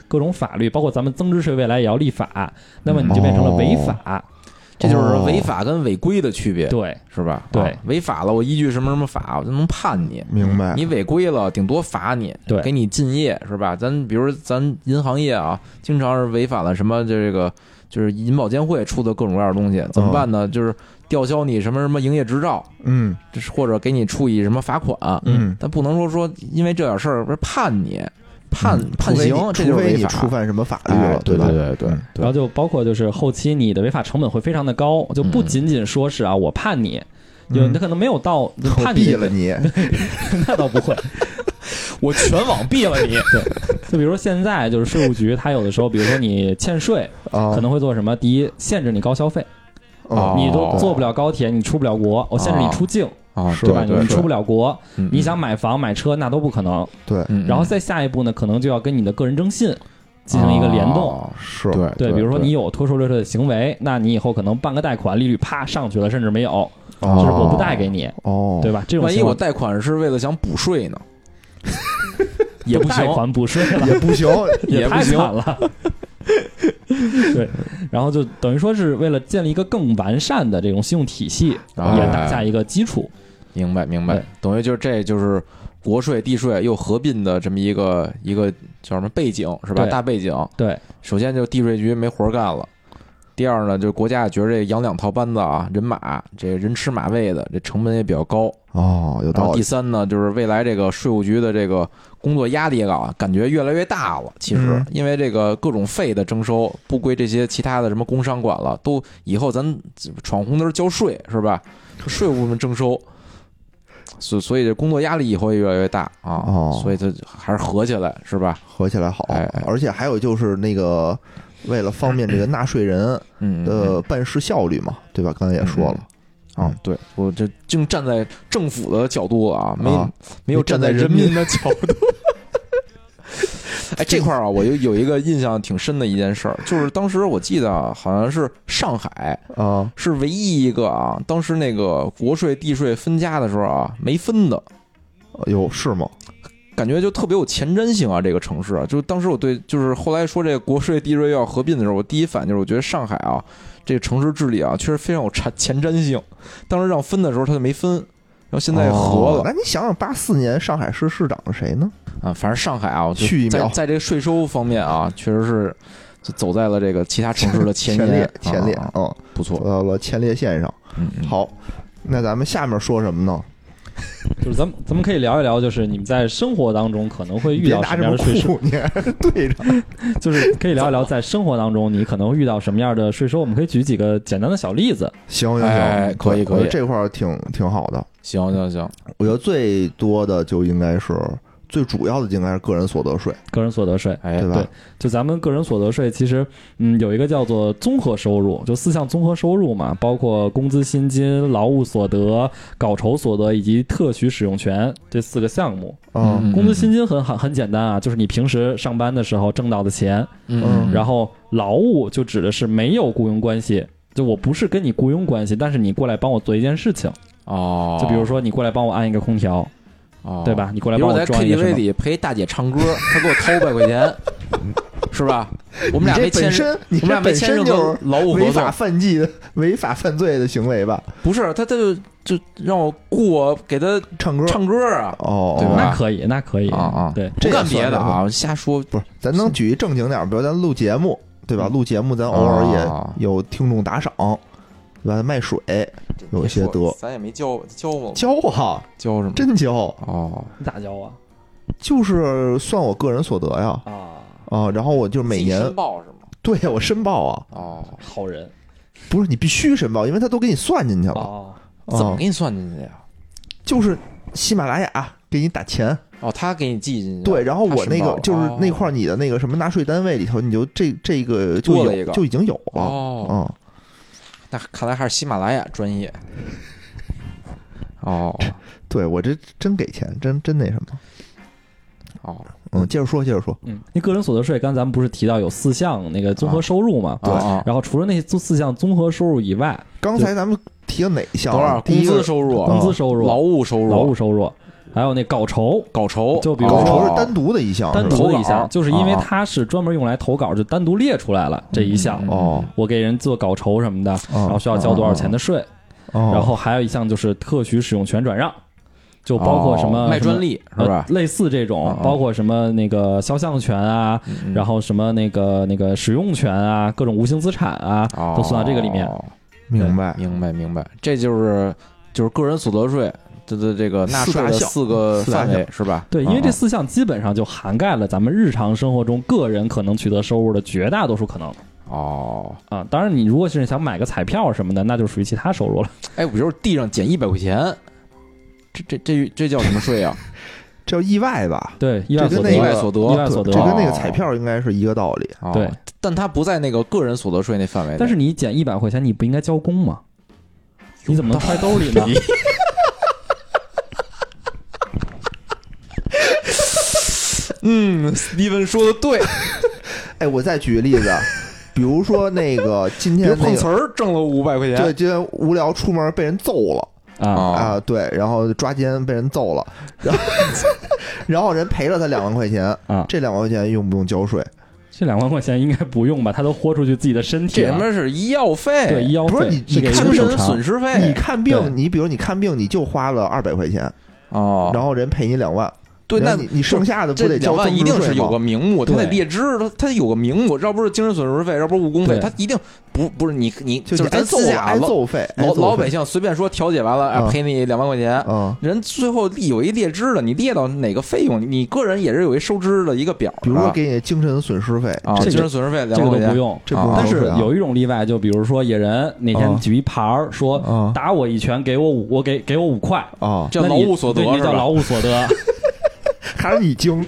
各种法律，包括咱们增值税未来也要立法，那么你就变成了违法。 哦这就是违法跟违规的区别， 对， 是吧？ 对， 啊，违法了，我依据什么什么法，我就能判你。 明白。 你违规了，顶多罚你， 对， 给你禁业，是吧？咱比如咱银行业啊，经常是违反了什么这个，就是银保监会出的各种各样的东西，怎么办呢？就是吊销你什么什么营业执照， 嗯， 或者给你处以什么罚款， 嗯， 但不能说说因为这点事儿不是判你。判判刑，这就是违法， 触犯什么法律了， 对吧？ 对对对。 然后就包括就是后期你的违法成本会非常的高，就不仅仅说是啊，我判你，就你可能没有到判毙了你， 那倒不会， 我全网毙了你。 对，就比如说现在就是税务局，它有的时候，比如说你欠税，可能会做什么？第一，限制你高消费，你都坐不了高铁，你出不了国，我限制你出境。 啊， 对吧？你出不了国， 嗯、 你想买房买车那都不可能。 对， 嗯、 然后再下一步呢，可能就要跟你的个人征信进行一个联动。 哦、 是， 对对，比如说你有脱收漏税的行为，那你以后可能办个贷款，利率啪上去了，甚至没有， 哦、 就是我不贷给你， 哦， 对吧？这种万一我贷款是为了想补税呢？也不行， 贷款补税了也不行， 也太惨了。对，然后就等于说是为了建立一个更完善的这种信用体系， 哎、 也打下一个基础。 明白明白，等于就是这就是国税地税又合并的这么一个一个叫什么背景是吧？大背景。 对， 首先就地税局没活干了，第二呢，就是国家也觉得这养两套班子啊，人马这人吃马喂的，这成本也比较高哦，有道理。 第三呢，就是未来这个税务局的这个工作压力啊，感觉越来越大了。其实， 嗯、 因为这个各种费的征收不归这些其他的什么工商管了，都以后咱闯红灯交税是吧？税务部门征收。所所以这工作压力以后也越来越大啊， 哦， 所以它还是合起来是吧？ 合起来好， 哎哎而且还有就是那个为了方便这个纳税人的办事效率嘛，对吧？刚才也说了， 啊、嗯嗯，对我这正站在政府的角度啊，没、 啊、 没有站在人民的角度。哎，这块啊，我有有一个印象挺深的一件事儿，就是当时我记得啊，好像是上海啊， 是唯一一个啊，当时那个国税地税分家的时候啊，没分的。 哟，是吗？ 感觉就特别有前瞻性啊，这个城市啊，就当时我对，就是后来说这个国税地税要合并的时候，我第一反应就是我觉得上海啊，这个城市治理啊，确实非常有前前瞻性。当时让分的时候他就没分，然后现在合了。 哦、那你想想，八四年上海市市长是谁呢？ 啊，反正上海啊， 去在在这个税收方面啊，确实是就走在了这个其他城市的前沿前列前列，嗯、 啊，不错， 走到了前列线上。 嗯，嗯好，那咱们下面说什么呢？ 就是咱们咱们可以聊一聊，就是你们在生活当中可能会遇到什么样的税收？ 你还是对着， 就是可以聊一聊在生活当中你可能会遇到什么样的税收？我们可以举几个简单的小例子。 行行行， 哎、可以可以， 这块儿挺挺好的。 行行行， 我觉得最多的就应该是。最主要的应该是个人所得税， 个人所得税， 哎， 对吧？ 对，就咱们个人所得税，其实，嗯，有一个叫做综合收入，就四项综合收入嘛，包括工资薪金、劳务所得、稿酬所得以及特许使用权这四个项目。 嗯， 工资薪金很很很简单啊，就是你平时上班的时候挣到的钱。 嗯， 然后劳务就指的是没有雇佣关系，就我不是跟你雇佣关系，但是你过来帮我做一件事情。 哦， 就比如说你过来帮我安一个空调。 哦， 对吧？你过来帮我在 K T V 里陪大姐唱歌，她给我掏五百块钱，是吧？我们俩没签， 你我们俩没签任何劳务合同， 违法犯纪的、违法犯罪的行为吧？ 不是，他他就就让我雇我给他唱歌， 唱歌啊！ 哦， 对吧？ 那可以，那可以啊啊！ 对， 不干别的啊，瞎说不是，咱能举一正经点，比如咱录节目，对吧？录节目咱偶尔也有听众打赏。对吧？卖水有些得， 咱也没交交吗？ 交啊， 交什么？ 真交哦！ 你咋交啊？ 就是算我个人所得呀。 啊啊，然后我就每年申报是吗？ 对呀，我申报啊。 哦，好人， 不是你必须申报，因为他都给你算进去了。 哦， 怎么给你算进去呀？ 就是喜马拉雅给你打钱。 哦，他给你记进去。 对，然后我那个就是那块你的那个什么纳税单位里头，你就这这个就有就已经有了。 哦， 嗯。 那看来还是喜马拉雅专业。哦， 对我这真给钱，真真那什么。 哦， 嗯，接着说，接着说。 嗯，那个人所得税，刚才咱们不是提到有四项那个综合收入嘛？ 对。 然后除了那四项综合收入以外， 刚才咱们提了哪一项？ 多少？工资收入、 工资收入、 劳务收入、 劳务收入。 还有那稿酬， 稿酬， 就比如说稿酬是单独的一项， 单独的一项，就是因为啊它是专门用来投稿，就单独列出来了这一项。 哦， 我给人做稿酬什么的，然后需要交多少钱的税。 哦， 然后还有一项就是特许使用权转让。就包括什么、 哦、卖专利是吧、 呃？类似这种， 哦、 包括什么那个肖像权啊， 嗯、 然后什么那个那个使用权啊，各种无形资产啊， 哦、 都算到这个里面。 明白， 明白，明白。这就是就是个人所得税的的这个纳税的四个范围是吧？ 对，因为这四项基本上就涵盖了咱们日常生活中个人可能取得收入的绝大多数可能。 哦啊，当然你如果是想买个彩票什么的，那就属于其他收入了。 哎，比如地上捡一百块钱。这这这这叫什么税啊？ 这叫意外吧？ 对，意外所得， 意外所得， 意外所得， 这跟那个彩票应该是一个道理。 哦、 对， 但它不在那个个人所得税那范围内。 但是你减一百块钱，你不应该交公吗？你怎么能揣兜里呢？ 嗯，斯蒂文说的对。 哎，我再举个例子。比如说那个今天、那个、 碰瓷儿挣了五百块钱， 对，今天无聊出门被人揍了。 啊啊，对，然后抓奸被人揍了，然后然后人赔了他两万块钱啊， 这两万块钱用不用交税？ 这两万块钱应该不用吧？他都豁出去自己的身体了， 这他妈是医药费， 对，医药费不是你你精神损失费， 你看病，你比如你看病，你就花了二百块钱哦， 然后人赔你两万。 对，那你你剩下的不得交增值税吗？ 两万一定是有个名目，他得列支，他他有个名目，要不是精神损失费，要不是误工费，他一定不不是你你就是咱私下挨揍费， 老老百姓随便说调解完了，哎，赔你两万块钱， 嗯， 人最后有一列支的，你列到哪个费用，你个人也是有一收支的一个表， 比如说给你精神损失费啊，精神损失费两万块钱不用， 这不但是有一种例外，就比如说野人那天举一牌儿说打我一拳给我五，我给给我五块啊， 叫劳务所得， 那叫劳务所得。 还是你精。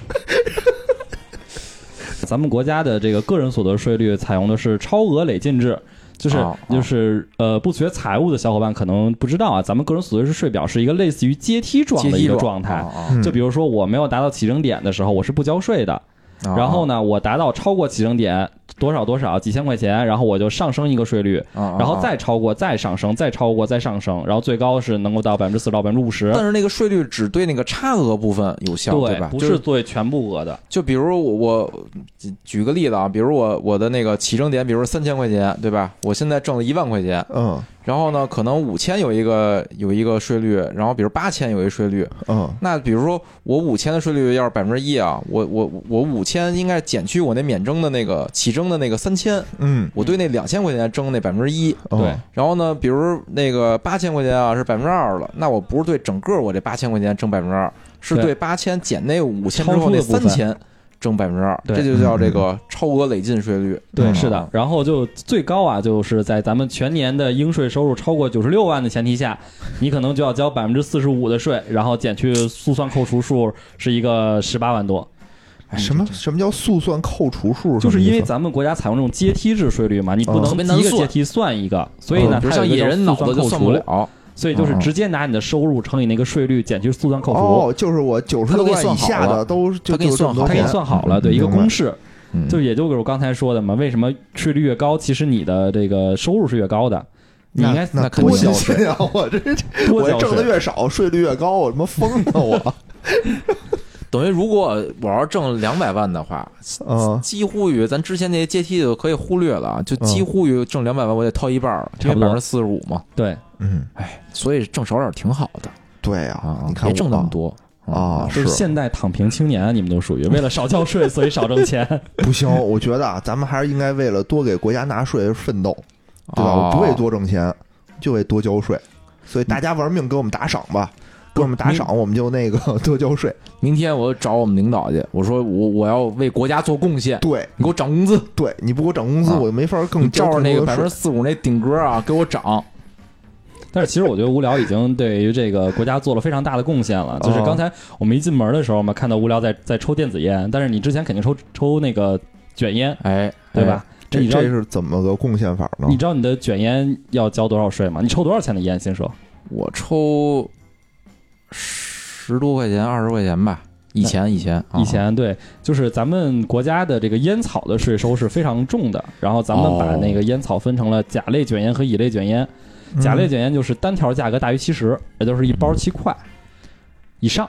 咱们国家的这个个人所得税率采用的是超额累进制，就是、哦、就是呃，不学财务的小伙伴可能不知道啊，咱们个人所得税税表是一个类似于阶梯状的一个状态。 哦、 就比如说我没有达到起征点的时候，我是不交税的。 哦、 然后呢，我达到超过起征点多少多少几千块钱，然后我就上升一个税率， 哦、 然后再超过再上升，再超过再上升，然后最高是能够到百分之四十到百分之五十。 但是那个税率只对那个差额部分有效， 对, 对吧？ 不是对全部额的。 就比如我我举个例子啊，比如我我的那个起征点，比如三千块钱，对吧？我现在挣了一万块钱， 嗯。 然后呢，可能五千有一个有一个税率，然后比如八千有一个税率， 嗯， 那比如说我五千的税率要是百分之一啊，我我我五千应该减去我那免征的那个起征的那个三千， 嗯， 我对那两千块钱征那百分之一， 对， 然后呢，比如那个八千块钱啊是百分之二了，那我不是对整个我这八千块钱征百分之二，是对八千减那五千之后那三千。挣百分之二，这就叫这个超额累进税率。 对，是的。然后就最高啊，就是在咱们全年的应税收入超过九十六万的前提下，你可能就要交百分之四十五的税，然后减去速算扣除数是一个十八万多。 什么什么叫速算扣除数？ 就是因为咱们国家采用这种阶梯制税率嘛，你不能一个阶梯算一个，所以呢， 它像野人脑子就算不了。 所以就是直接拿你的收入乘以那个税率减去速算扣除。 哦，就是我九十多万以下的都就给你算好， 他给你算好了，对一个公式， 嗯、 就也就是我刚才说的嘛，为什么税率越高，其实你的这个收入是越高的，你应该那多交税啊！我这我挣的越少，税率越高，我他妈疯了我！ 等于如果我要挣两百万的话， 嗯， 几乎于咱之前那些阶梯就可以忽略了，就几乎于挣两百万我得掏一半了，因为百分之四十五嘛。 对， 嗯， 哎，所以挣少点挺好的。 对呀、啊，你看别挣那么多啊！ 是现代躺平青年，你们都属于为了少交税，所以少挣钱。 不行，我觉得啊，咱们还是应该为了多给国家纳税而奋斗，对吧？ 哦、 我不为多挣钱，就为多交税。所以大家玩命给我们打赏吧。给我们打赏，我们就那个多交税。 明天我找我们领导去，我说我我要为国家做贡献。 对， 你给我涨工资。 对，你不给我涨工资，啊、我就没法更照着那个百分之四五那顶格啊，给我涨。 但是其实我觉得无聊已经对于这个国家做了非常大的贡献了。就是刚才我们一进门的时候嘛，看到无聊在在抽电子烟，但是你之前肯定抽抽那个卷烟， 哎， 对吧？ 哎、这这是怎么个贡献法呢？ 你知道你的卷烟要交多少税吗？你抽多少钱的烟？先说， 我抽。十多块钱二十块钱吧，以前以前以前对，就是咱们国家的这个烟草的税收是非常重的，然后咱们把那个烟草分成了甲类卷烟和乙类卷烟。甲类卷烟就是单条价格大于七十，也就是一包七块以上，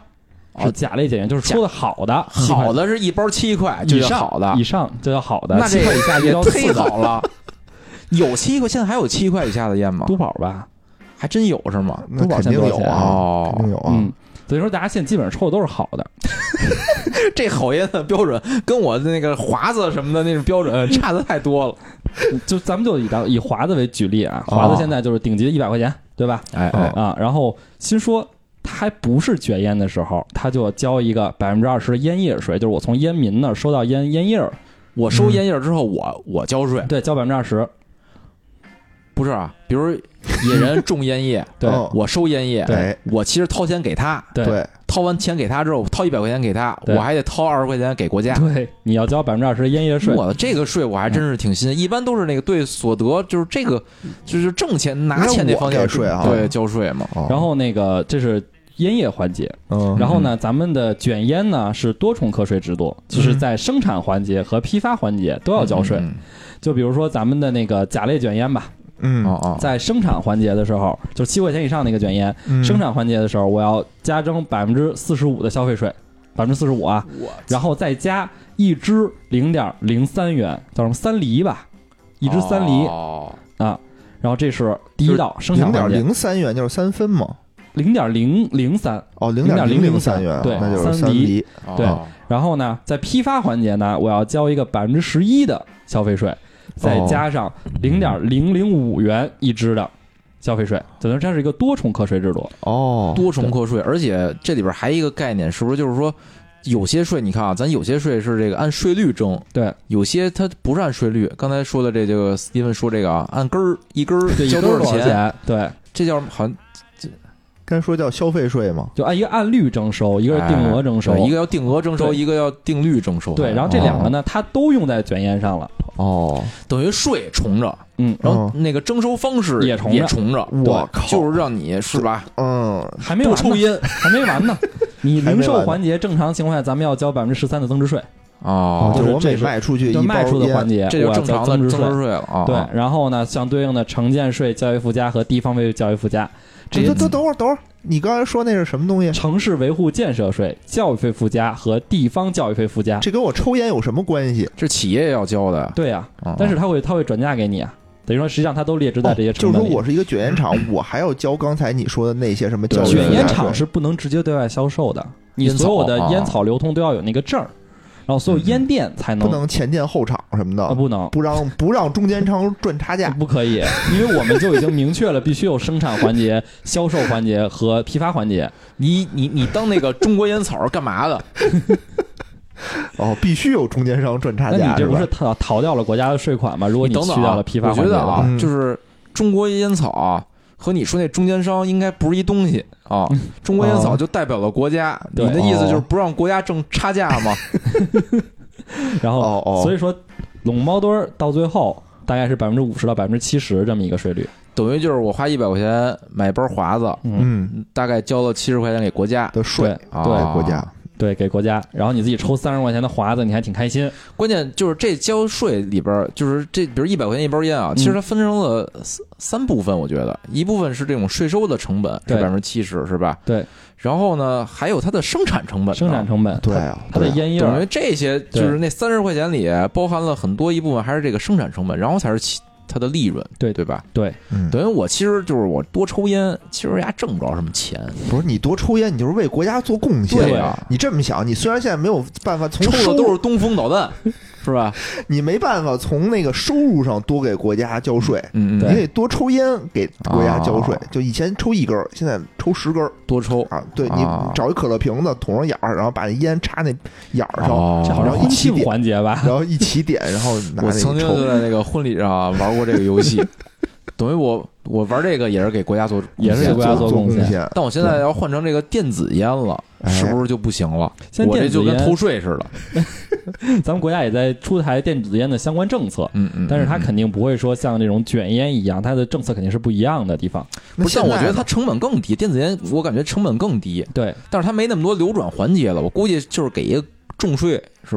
是甲类检验，就是抽的好的， 好的是一包七块，就叫好的， 以上就叫好的， 那这七块以下就叫忒好了。有七块，现在还有七块以下的烟吗？ 都宝吧， 还真有是吗？ 那肯定有啊， 哦， 肯定有啊。 嗯，所以说大家现在基本上抽的都是好的。 这好烟的标准跟我的那个华子什么的那种标准差的太多了。 就咱们就以当以华子为举例啊，华子现在就是顶级一百块钱，对吧？ 哎哎啊，然后新说它还不是卷烟的时候，他就要交一个百分之二十的烟叶税，就是我从烟民那儿收到烟烟叶， 我收烟叶之后，我我交税， 对，交百分之二十。 不是啊，比如野人种烟叶， 对， 我收烟叶， 对， 我其实掏钱给他， 对， 掏完钱给他之后，掏一百块钱给他，我还得掏二十块钱给国家。 对，你要交百分之二十的烟叶税。 我的这个税我还真是挺新，一般都是那个对所得，就是这个就是挣钱拿钱那方向税啊， 对，交税嘛。 然后那个这是烟叶环节， 嗯， 然后呢，咱们的卷烟呢是多重课税制度，就是在生产环节和批发环节都要交税。就比如说咱们的那个甲类卷烟吧。 嗯哦哦， 在生产环节的时候，就是七块钱以上那个卷烟， 嗯、 生产环节的时候，我要加征百分之四十五的消费税，百分之四十五啊，然后再加一支零点零三元，叫什么三厘吧，一支三厘、 哦、 啊，然后这是第一道生产环节， 零点零三元就是三分嘛， 零点零零三哦，零点零零三元， 对， 那就是三厘，对， 哦、 然后呢，在批发环节呢，我要交一个百分之十一的消费税。再加上零点零零五元一支的消费税，等于这是一个多重课税制度哦， 多重课税，而且这里边还一个概念，是不是就是说，有些税你看啊，咱有些税是这个按税率征， 对， 有些它不是按税率。刚才说的这个斯蒂芬说这个啊，按根儿一根儿交多少钱？ 对， 这叫好像。 刚才说叫消费税嘛， 就按一个按率征收，一个是定额征收， 哎、一个要定额征收，一个要定率征收。 对，然后这两个呢，它都用在卷烟上了。 哦， 等于税重着， 嗯， 然后那个征收方式也重也重着。 我靠， 就是让你是吧？ 嗯， 还没完抽烟， 还没完呢。你零售环节正常情况下，咱们要交百分之十三的增值税。 哦， 就是我每卖出去一包卖出的环节， 这就正常的增值税了啊。 对，然后呢，相对应的城建税、教育附加和地方卫教育附加。 这等等等会儿，等会儿，你刚才说那是什么东西？ 城市维护建设税、教育费附加和地方教育费附加。 这跟我抽烟有什么关系？ 这企业要交的。 对呀、啊，但是他会他会转嫁给你啊。等于说，实际上它都列支在这些成本里。 哦、就是说，我是一一个卷烟厂，我还要交刚才你说的那些什么教育费。 卷烟厂是不能直接对外销售的，你所有的烟草流通都要有那个证儿。然后所有烟店才能、 嗯、不能前店后厂什么的、 啊，不能不让不让中间商赚差价， 不可以，因为我们就已经明确了，必须有生产环节、销售环节和批发环节。 你你你当那个中国烟草干嘛的？ 哦，必须有中间商赚差价， 那你这不是逃逃掉了国家的税款吗？如果你去掉了批发环节， 我觉得啊， 嗯、 就是中国烟草啊。和你说那中间商应该不是一东西啊！中国烟草就代表了国家， 嗯、 你的意思就是不让国家挣差价吗？ 然后， 哦哦、 所以说拢猫墩儿到最后大概是百分之五十到百分之七十这么一个税率， 等于就是我花一百块钱买一包华子， 嗯， 大概交了七十块钱给国家的税， 对， 对、啊、国家。 对，给国家，然后你自己抽三十块钱的华子，你还挺开心。 关键就是这交税里边，就是这，比如一百块钱一包烟啊，其实它分成了三部分，我觉得，一部分是这种税收的成本，是百分之七十，是吧？ 对。 然后呢，还有它的生产成本， 生产成本， 对啊， 它的烟叶， 等于这些就是那三十块钱里包含了很多一部分还是这个生产成本，然后才是其。它的利润， 对对吧？ 对， 嗯、 等于我其实就是我多抽烟，其实人家挣不着什么钱。 不是你多抽烟，你就是为国家做贡献。 对啊， 你这么想，你虽然现在没有办法从抽的都是东风导弹，是吧？ 你没办法从那个收入上多给国家交税， 嗯嗯，你得多抽烟给国家交税。 啊、 就以前抽一根，现在抽十根， 多抽啊！对，你找一可乐瓶子捅上眼儿，然后把那烟插那眼儿上， 哦、 这好像一起点环节吧， 然后一起点，然后拿我曾经就在那个婚礼上玩过这个游戏。等于我我玩这个也是给国家做， 也是给国家做贡献。 但我现在要换成这个电子烟了，是不是就不行了？ 我这就跟偷税似的。 咱们国家也在出台电子烟的相关政策， 嗯嗯， 但是它肯定不会说像这种卷烟一样，它的政策肯定是不一样的地方。 不是，但我觉得它成本更低，电子烟我感觉成本更低。 对， 但是它没那么多流转环节了，我估计就是给一个重税，是吧？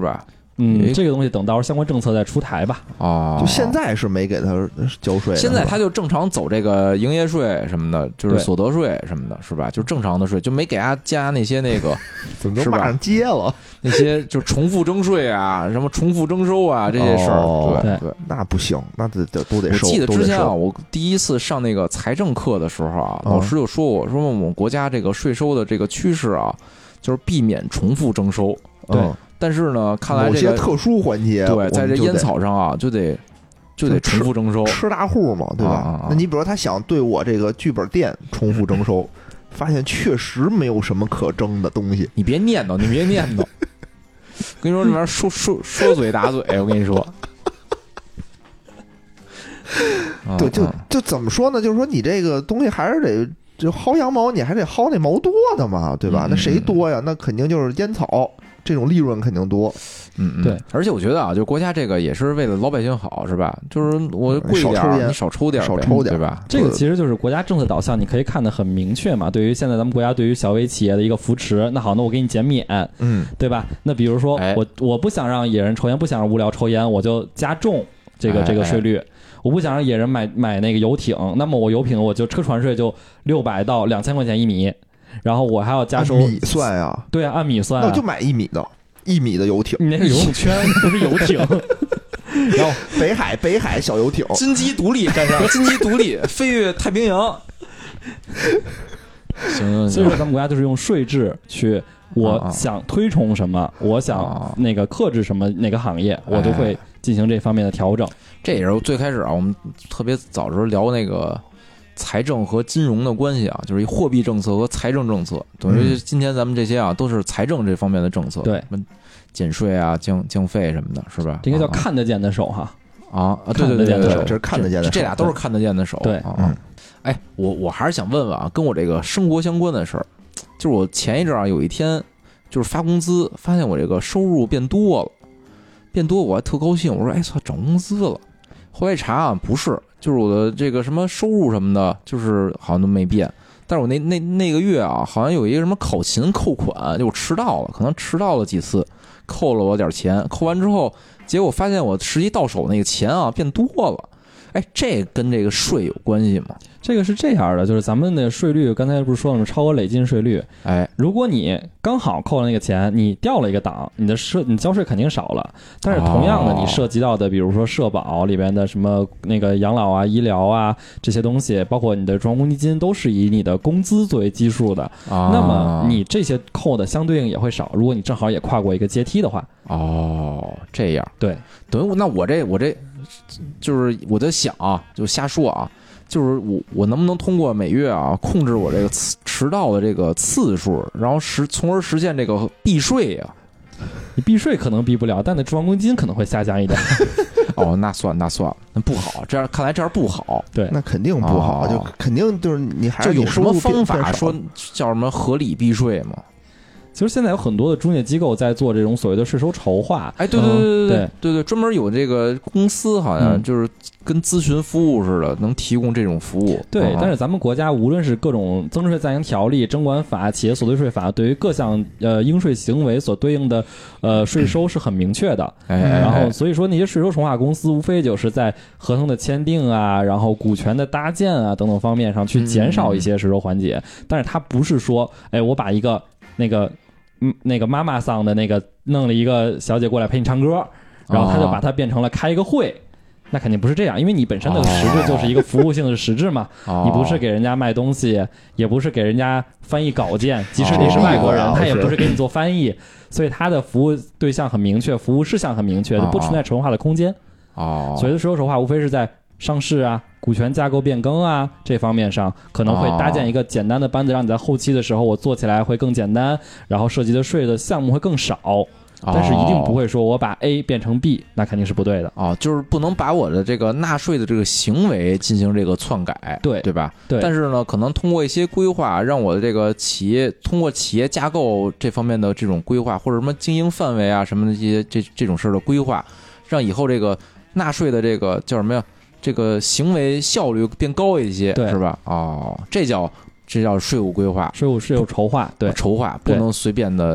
嗯，这个东西等到时候相关政策再出台吧。 哦， 就现在是没给他交税， 现在他就正常走这个营业税什么的，就是所得税什么的，是吧？就正常的税，就没给他加那些那个， 怎么都马上接了那些就重复征税啊，什么重复征收啊这些事儿。 哦、 对对， 那不行，那得得都得收。 我记得之前啊，我第一次上那个财政课的时候啊， 嗯、 老师就说我说我们国家这个税收的这个趋势啊，就是避免重复征收。 对。 嗯，但是呢，看来这个某些特殊环节， 对，在这烟草上啊，就得就得重复征收， 吃大户嘛，对吧？ 啊啊啊那你比如说他想对我这个剧本店重复征收，发现确实没有什么可征的东西。 你别念叨，你别念叨。跟你说，这玩意儿说说说嘴打嘴，我跟你说。 对，就就怎么说呢？就是说你这个东西还是得。就薅羊毛，你还得薅那毛多的嘛，对吧？ 嗯、 那谁多呀？那肯定就是烟草这种利润肯定多。 嗯嗯，对。而且我觉得啊，就国家这个也是为了老百姓好，是吧？就是我贵一点，你少抽点， 少抽点， 对吧？ 这个其实就是国家政策导向，你可以看得很明确嘛。对于现在咱们国家对于小微企业的一个扶持，那好，那我给你减免， 嗯， 对吧？那比如说哎、 我我不想让野人抽烟，不想让无聊抽烟，我就加重这个、 哎、 这个税率。我不想让野人买买那个游艇，那么我游艇我就车船税就六百到两千块钱一米，然后我还要加收米算呀？ 对啊，按米算、啊。 那我就买一米的，一米的游艇。 你那是游泳圈，不是游艇。 然后北海北海小游艇， 金鸡独立干啥？金鸡独立飞越太平洋。行， 所以说咱们国家就是用税制去，我想推崇什么，我想那个克制什么哪个行业，我都会进行这方面的调整。 这也是最开始啊，我们特别早的时候聊那个财政和金融的关系啊，就是货币政策和财政政策。等于今天咱们这些啊，都是财政这方面的政策， 对， 什么减税啊、降降费什么的，是吧？ 这个叫看得见的手哈。 啊啊，对对对对， 这是看得见的手， 这俩都是看得见的手。 对， 嗯。哎，我我还是想问问啊，跟我这个生活相关的事儿，就是我前一阵啊，有一天就是发工资，发现我这个收入变多了，变多我还特高兴，我说哎操，涨工资了。后来一查啊，不是，就是我的这个什么收入什么的，就是好像都没变。但是我那那那个月啊，好像有一个什么考勤扣款，就我迟到了，可能迟到了几次，扣了我点钱。扣完之后，结果发现我实际到手那个钱啊变多了。哎，这跟这个税有关系吗？ 这个是这样的，就是咱们的税率，刚才不是说了吗？超额累进税率。 哎， 如果你刚好扣了那个钱，你掉了一个档，你的税你交税肯定少了。但是同样的，你涉及到的，比如说社保里边的什么那个养老啊、医疗啊这些东西，包括你的中央公积金，都是以你的工资作为基数的。 啊、 那么你这些扣的相对应也会少。如果你正好也跨过一个阶梯的话， 哦，这样对， 等于那我这我这就是我在想啊，就瞎说啊。就是我我能不能通过每月啊控制我这个迟到的这个次数，然后实从而实现这个避税啊？ 你避税可能避不了，但你中央公积金可能会下降一点。 哦，那算那算了，那不好，这样看来这样不好。 对， 那肯定不好， 哦、 就肯定就是你还是有什么方法说叫什么合理避税吗？ 其实现在有很多的中介机构在做这种所谓的税收筹划。 哎，对对对对对对对对，专门有这个公司，好像就是跟咨询服务似的，能提供这种服务。 对，但是咱们国家无论是各种增值税暂行条例、征管法、企业所得税法，对于各项呃应税行为所对应的呃税收是很明确的。 哎， 然后所以说那些税收筹划公司，无非就是在合同的签订啊，然后股权的搭建啊等等方面上去减少一些税收环节，但是它不是说，哎，我把一个那个。嗯，那个妈妈桑的那个弄了一个小姐过来陪你唱歌，然后他就把它变成了开一个会，那肯定不是这样，因为你本身的实质就是一个服务性的实质嘛，你不是给人家卖东西，也不是给人家翻译稿件，即使你是外国人，他也不是给你做翻译，所以他的服务对象很明确，服务事项很明确，不存在筹划的空间。 哦， 所谓的税收筹划无非是在上市啊、股权架构变更啊这方面上，可能会搭建一个简单的班子，让你在后期的时候我做起来会更简单，然后涉及的税的项目会更少，但是一定不会说我把 A 变成 B， 那肯定是不对的。 哦，就是不能把我的这个纳税的这个行为进行这个篡改， 对对吧？ 对。 但是呢，可能通过一些规划，让我的这个企业通过企业架构这方面的这种规划，或者什么经营范围啊什么的这些这这种事儿的规划，让以后这个纳税的这个叫什么呀？这个行为效率变高一些，是吧？哦，这叫这叫税务规划， 税务税务筹划，对， 筹划不能随便的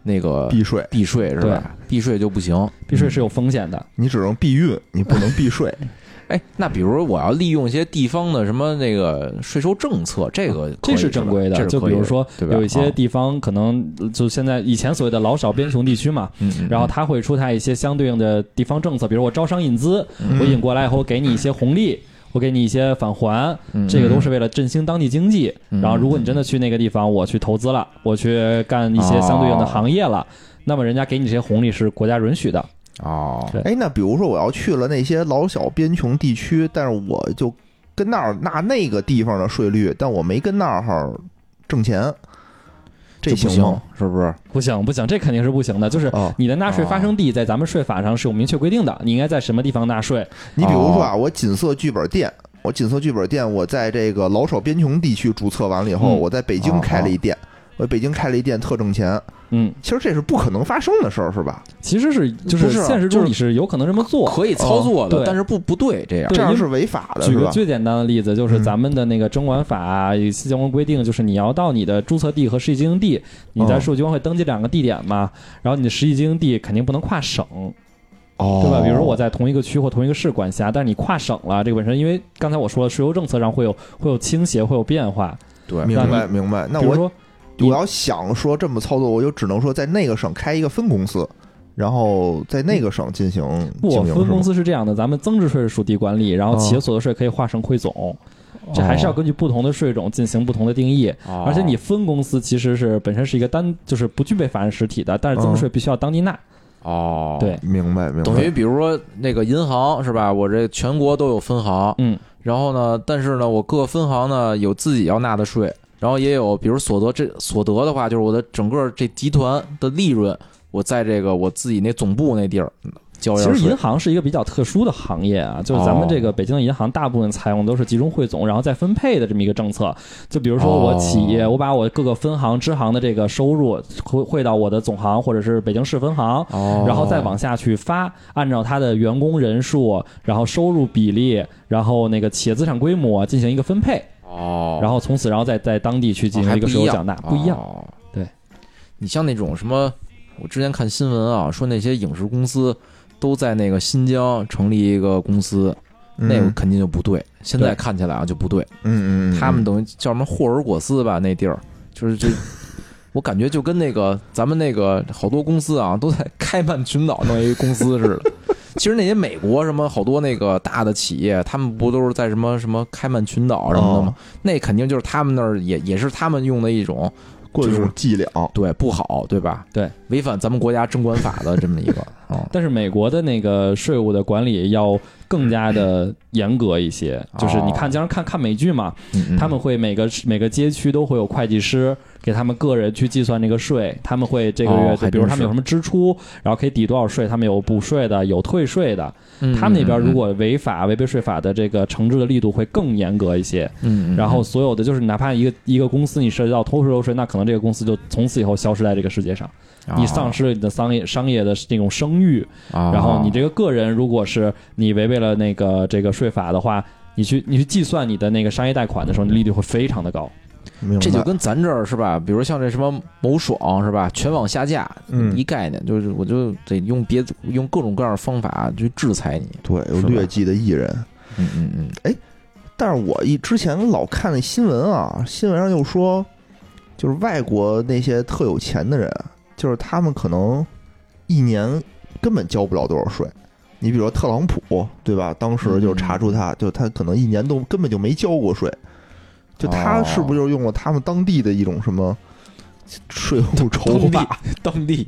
那个避税， 避税是吧？避税就不行， 避税是有风险的， 你只能避孕，你不能避税。 哎，那比如我要利用一些地方的什么那个税收政策，这个这是正规的。就比如说有一些地方可能就现在以前所谓的老少边穷地区嘛，然后他会出台一些相对应的地方政策，比如我招商引资，我引过来以后给你一些红利。我给你一些返还，这个都是为了振兴当地经济。然后，如果你真的去那个地方，我去投资了，我去干一些相对应的行业了，那么人家给你这些红利是国家允许的。 哦， 哎，那比如说我要去了那些老小边穷地区，但是我就跟那儿纳那个地方的税率，但我没跟那儿挣钱。这行吗？ 是不是？ 不行不行，这肯定是不行的。就是你的纳税发生地在咱们税法上是有明确规定的，你应该在什么地方纳税。 你比如说啊，我锦瑟剧本店，我锦瑟剧本店，我在这个老少边穷地区注册完了以后，我在北京开了一店，我北京开了一店特挣钱。嗯，其实这是不可能发生的事儿，是吧？ 其实是就是现实中你是有可能这么做， 可以操作的，但是不不对，这样这样是违法的。 举个最简单的例子，就是咱们的那个征管法有相关规定，就是你要到你的注册地和实际经营地，你在税务局会登记两个地点嘛，然后你的实际经营地肯定不能跨省。 哦， 对吧？比如说我在同一个区或同一个市管辖，但是你跨省了，这个本身因为刚才我说了，税收政策上会有会有倾斜，会有变化。 对，明白明白。那我说。我要想说这么操作，我就只能说在那个省开一个分公司，然后在那个省进行经营。 不，分公司是这样的，咱们增值税是属地管理，然后企业所得税可以划省汇总，哦、这还是要根据不同的税种进行不同的定义。哦、而且你分公司其实是本身是一个单，就是不具备法人实体的，但是增值税必须要当地纳。 哦， 对， 明白明白。 等于比如说那个银行是吧？我这全国都有分行，嗯，然后呢，但是呢，我各分行呢有自己要纳的税。然后也有，比如所得这所得的话，就是我的整个这集团的利润，我在这个我自己那总部那地儿交一下税。 其实银行是一个比较特殊的行业啊，就是咱们这个北京的银行大部分采用都是集中汇总，然后再分配的这么一个政策。就比如说我企业，我把我各个分行、支行的这个收入汇汇到我的总行或者是北京市分行，然后再往下去发，按照它的员工人数，然后收入比例，然后那个企业资产规模进行一个分配。哦，然后从此，然后再在当地去进行一个税收缴纳，不一样。 哦、 对， 你像那种什么，我之前看新闻啊，说那些影视公司都在那个新疆成立一个公司，嗯、那个肯定就不对。现在看起来啊就不对。 嗯嗯， 他们等于叫什么霍尔果斯吧，那地儿就是这。我感觉就跟那个咱们那个好多公司啊，都在开曼群岛弄一个公司似的。其实那些美国什么好多那个大的企业，他们不都是在什么什么开曼群岛什么的吗？哦、那肯定就是他们那儿也也是他们用的一种各种伎俩， 对，不好，对吧？ 对， 违反咱们国家征管法的这么一个。哦、 但是美国的那个税务的管理要更加的严格一些，嗯、就是你看，经常看看美剧嘛，嗯、他们会每个每个街区都会有会计师。给他们个人去计算那个税，他们会这个月， 哦、 比如他们有什么支出，然后可以抵多少税，他们有补税的，有退税的。嗯、他们那边如果违法、违背税法的这个惩治的力度会更严格一些。嗯，然后所有的就是哪怕一个一个公司你涉及到偷税漏税，那可能这个公司就从此以后消失在这个世界上，哦、你丧失了你的商业商业的那种声誉。哦、然后你这个个人，如果是你违背了那个这个税法的话，你去你去计算你的那个商业贷款的时候，你利率会非常的高。 这就跟咱这儿是吧？比如像这什么某爽是吧？全网下架，嗯，一概念就是我就得用别用各种各样的方法去制裁你。 对，有劣迹的艺人。 嗯嗯嗯。 哎，但是我一之前老看那新闻啊，新闻上就说，就是外国那些特有钱的人，就是他们可能一年根本交不了多少税。你比如说特朗普，对吧？当时就查出他，嗯、就他可能一年都根本就没交过税。就他是不是就用了他们当地的一种什么税务筹划？ 当地，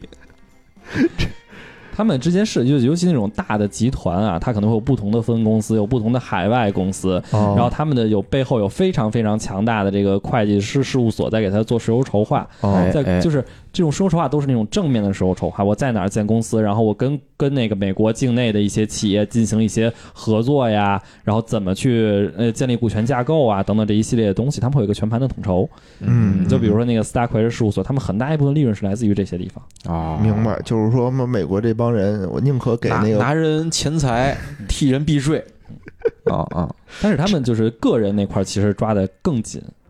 他们之间是就尤其那种大的集团啊，它可能会有不同的分公司，有不同的海外公司，哦、然后他们的有背后有非常非常强大的这个会计师事务所在给他做税收筹划。哦、在就是这种税收筹划都是那种正面的税收筹划，我在哪儿建公司，然后我跟跟那个美国境内的一些企业进行一些合作呀，然后怎么去呃建立股权架构啊等等这一系列的东西，他们会有一个全盘的统筹。嗯，就比如说那个斯达奎尔事务所，他们很大一部分利润是来自于这些地方。 啊、哦， 明白，就是说美国这帮人，我宁可给那个拿, 拿人钱财替人避税。啊啊！ 但是他们就是个人那块其实抓得更紧。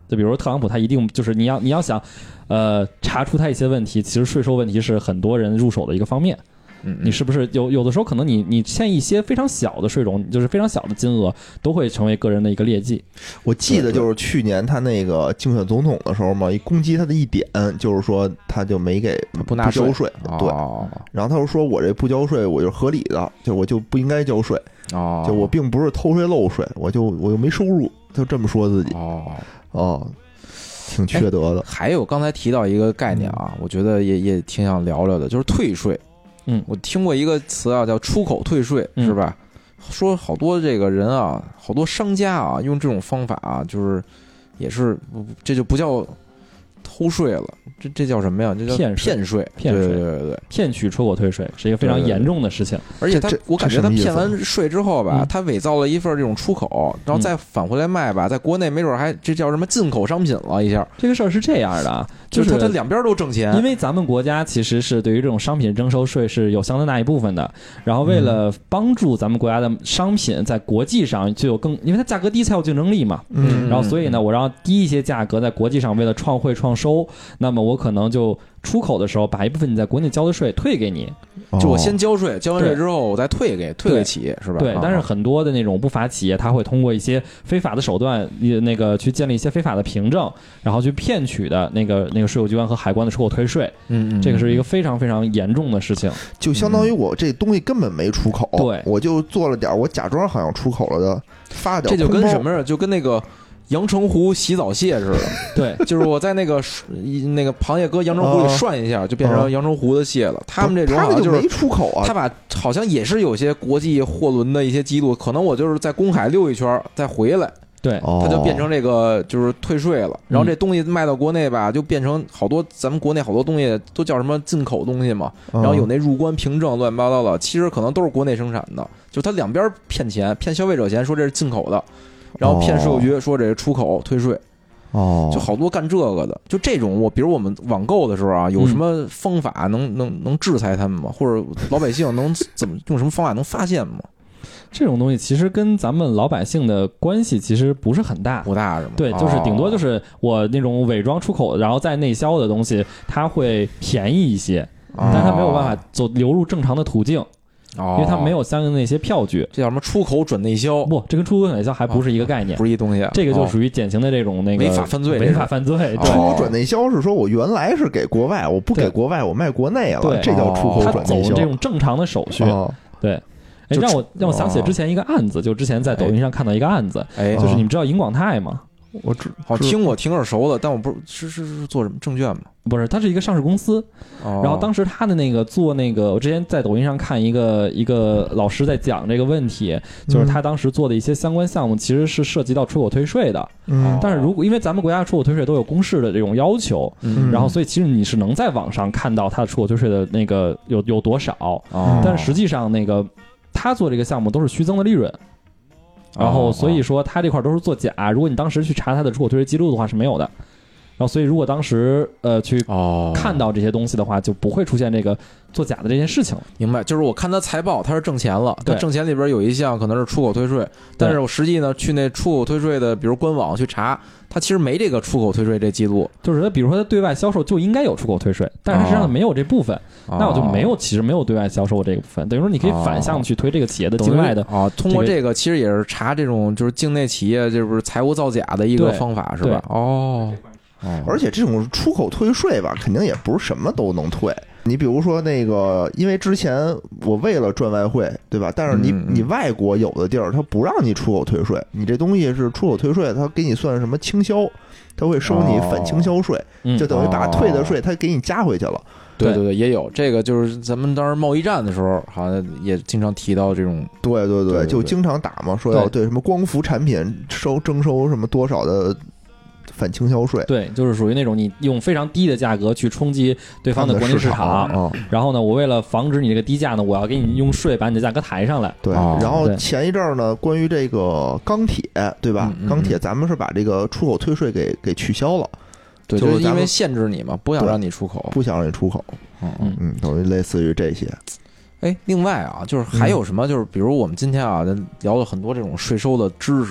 就比如特朗普，他一定就是你要你要想，呃，查出他一些问题，其实税收问题是很多人入手的一个方面。 嗯， 你是不是有有的时候可能你你欠一些非常小的税种，就是非常小的金额，都会成为个人的一个劣迹。 我记得就是去年他那个竞选总统的时候嘛，一攻击他的一点就是说他就没给不纳交税，对， 哦、 然后他就说我这不交税我就是合理的，就我就不应该交税， 哦， 就我并不是偷税漏税，我就我又没收入，就这么说自己， 哦哦，挺缺德的。 还有刚才提到一个概念啊，嗯、我觉得也也挺想聊聊的，就是退税。 嗯， 我听过一个词啊，叫出口退税，是吧？嗯、说好多这个人啊，好多商家啊，用这种方法啊，就是也是这就不叫偷税了，这这叫什么呀？这叫骗骗税， 骗税， 对对对对， 骗取出口退税是一个非常严重的事情。 而且他，我感觉他骗完税之后吧，他伪造了一份这种出口，然后再返回来卖吧，在国内没准还这叫什么进口商品了一下。 这个事儿是这样的啊， 就是他他两边都挣钱， 因为咱们国家其实是对于这种商品征收税是有相当大一部分的。然后为了帮助咱们国家的商品在国际上就有更，因为它价格低才有竞争力嘛。 嗯， 然后所以呢，我让低一些价格在国际上为了创汇创收，那么我可能就出口的时候把一部分你在国内交的税退给你， 就我先交税，交完税之后我再退给退给企业，是吧？ 对。但是很多的那种不法企业，他会通过一些非法的手段，那个去建立一些非法的凭证，然后去骗取的那个那个税务机关和海关的出口退税。 嗯嗯， 这个是一个非常非常严重的事情。 就相当于我这东西根本没出口， 对， 我就做了点我假装好像出口了的，发点。 这就跟什么似的？就跟那个。阳澄湖洗澡蟹似的， 对， 就是我在那个那个螃蟹搁阳澄湖里涮一下，就变成阳澄湖的蟹了。他们这种好像就是没出口啊， 他把好像也是有些国际货轮的一些记录，可能我就是在公海溜一圈再回来， 对， 它就变成这个就是退税了。然后这东西卖到国内吧，就变成好多咱们国内好多东西都叫什么进口东西嘛，然后有那入关凭证乱七八糟的，其实可能都是国内生产的，就他两边骗钱，骗消费者钱，说这是进口的。然后骗税务局说这个出口退税， 哦， 就好多干这个的，就这种我，比如我们网购的时候啊，有什么方法能能能制裁他们吗？或者老百姓能怎么用什么方法能发现吗？ 这种东西其实跟咱们老百姓的关系其实不是很大， 不大是吗？ 对，就是顶多就是我那种伪装出口然后再内销的东西，它会便宜一些，但是它没有办法走流入正常的途径。因为它没有相应的那些票据， 这叫什么出口转内销？ 不，这跟出口转内销还不是一个概念， 不是一东西。 这个就属于典型的这种那个违法犯罪， 违法犯罪。 出口转内销是说我原来是给国外，我不给国外，我卖国内了，这叫出口转内销。 它走这种正常的手续，对。哎，让我让我想起之前一个案子，就之前在抖音上看到一个案子， 哎， 就是你们知道银广泰吗？ 我知好听我挺耳熟的，但我不是是是做什么证券吗？ 不是，它是一个上市公司。 哦、 然后当时他的那个做那个，我之前在抖音上看一个一个老师在讲这个问题，就是他当时做的一些相关项目其实是涉及到出口退税的。 嗯， 但是如果因为咱们国家出口退税都有公示的这种要求， 嗯， 然后所以其实你是能在网上看到他的出口退税的那个有有多少， 哦、 但是实际上那个他做这个项目都是虚增的利润。然后所以说他这块都是作假，如果你当时去查他的出口退税记录的话是没有的。然后所以如果当时呃去看到这些东西的话，就不会出现这个作假的这件事情。 明白，就是我看他财报，他是挣钱了，他挣钱里边有一项可能是出口退税，但是我实际呢去那出口退税的比如官网去查，他其实没这个出口退税这记录， 就是他比如说他对外销售就应该有出口退税，但是他实际上没有这部分， 哦、 那我就没有其实没有对外销售这个部分，等于说你可以反向去推这个企业的境外的啊、哦，通过这个其实也是查这种就是境内企业就是财务造假的一个方法是吧？哦。 而且这种出口退税吧，肯定也不是什么都能退。你比如说那个，因为之前我为了赚外汇，对吧？但是你你外国有的地儿，他不让你出口退税，你这东西是出口退税，他给你算什么倾销，他会收你反倾销税，就等于把退的税他给你加回去了。 对对对，也有这个，就是咱们当时贸易战的时候，好像也经常提到这种。 对对对，就经常打嘛，说要对什么光伏产品收征收什么多少的反倾销税。 对，就是属于那种你用非常低的价格去冲击对方的国内市场， 哦、 然后呢，我为了防止你这个低价呢，我要给你用税把你的价格抬上来。 对， 哦、 然后前一阵儿呢，关于这个钢铁，对吧？ 嗯嗯、 钢铁咱们是把这个出口退税给给取消了。 对， 就是因为限制你嘛，不想让你出口， 不想让你出口。 嗯嗯嗯，等于类似于这些。 哎，另外啊，就是还有什么？就是比如我们今天啊聊了很多这种税收的知识，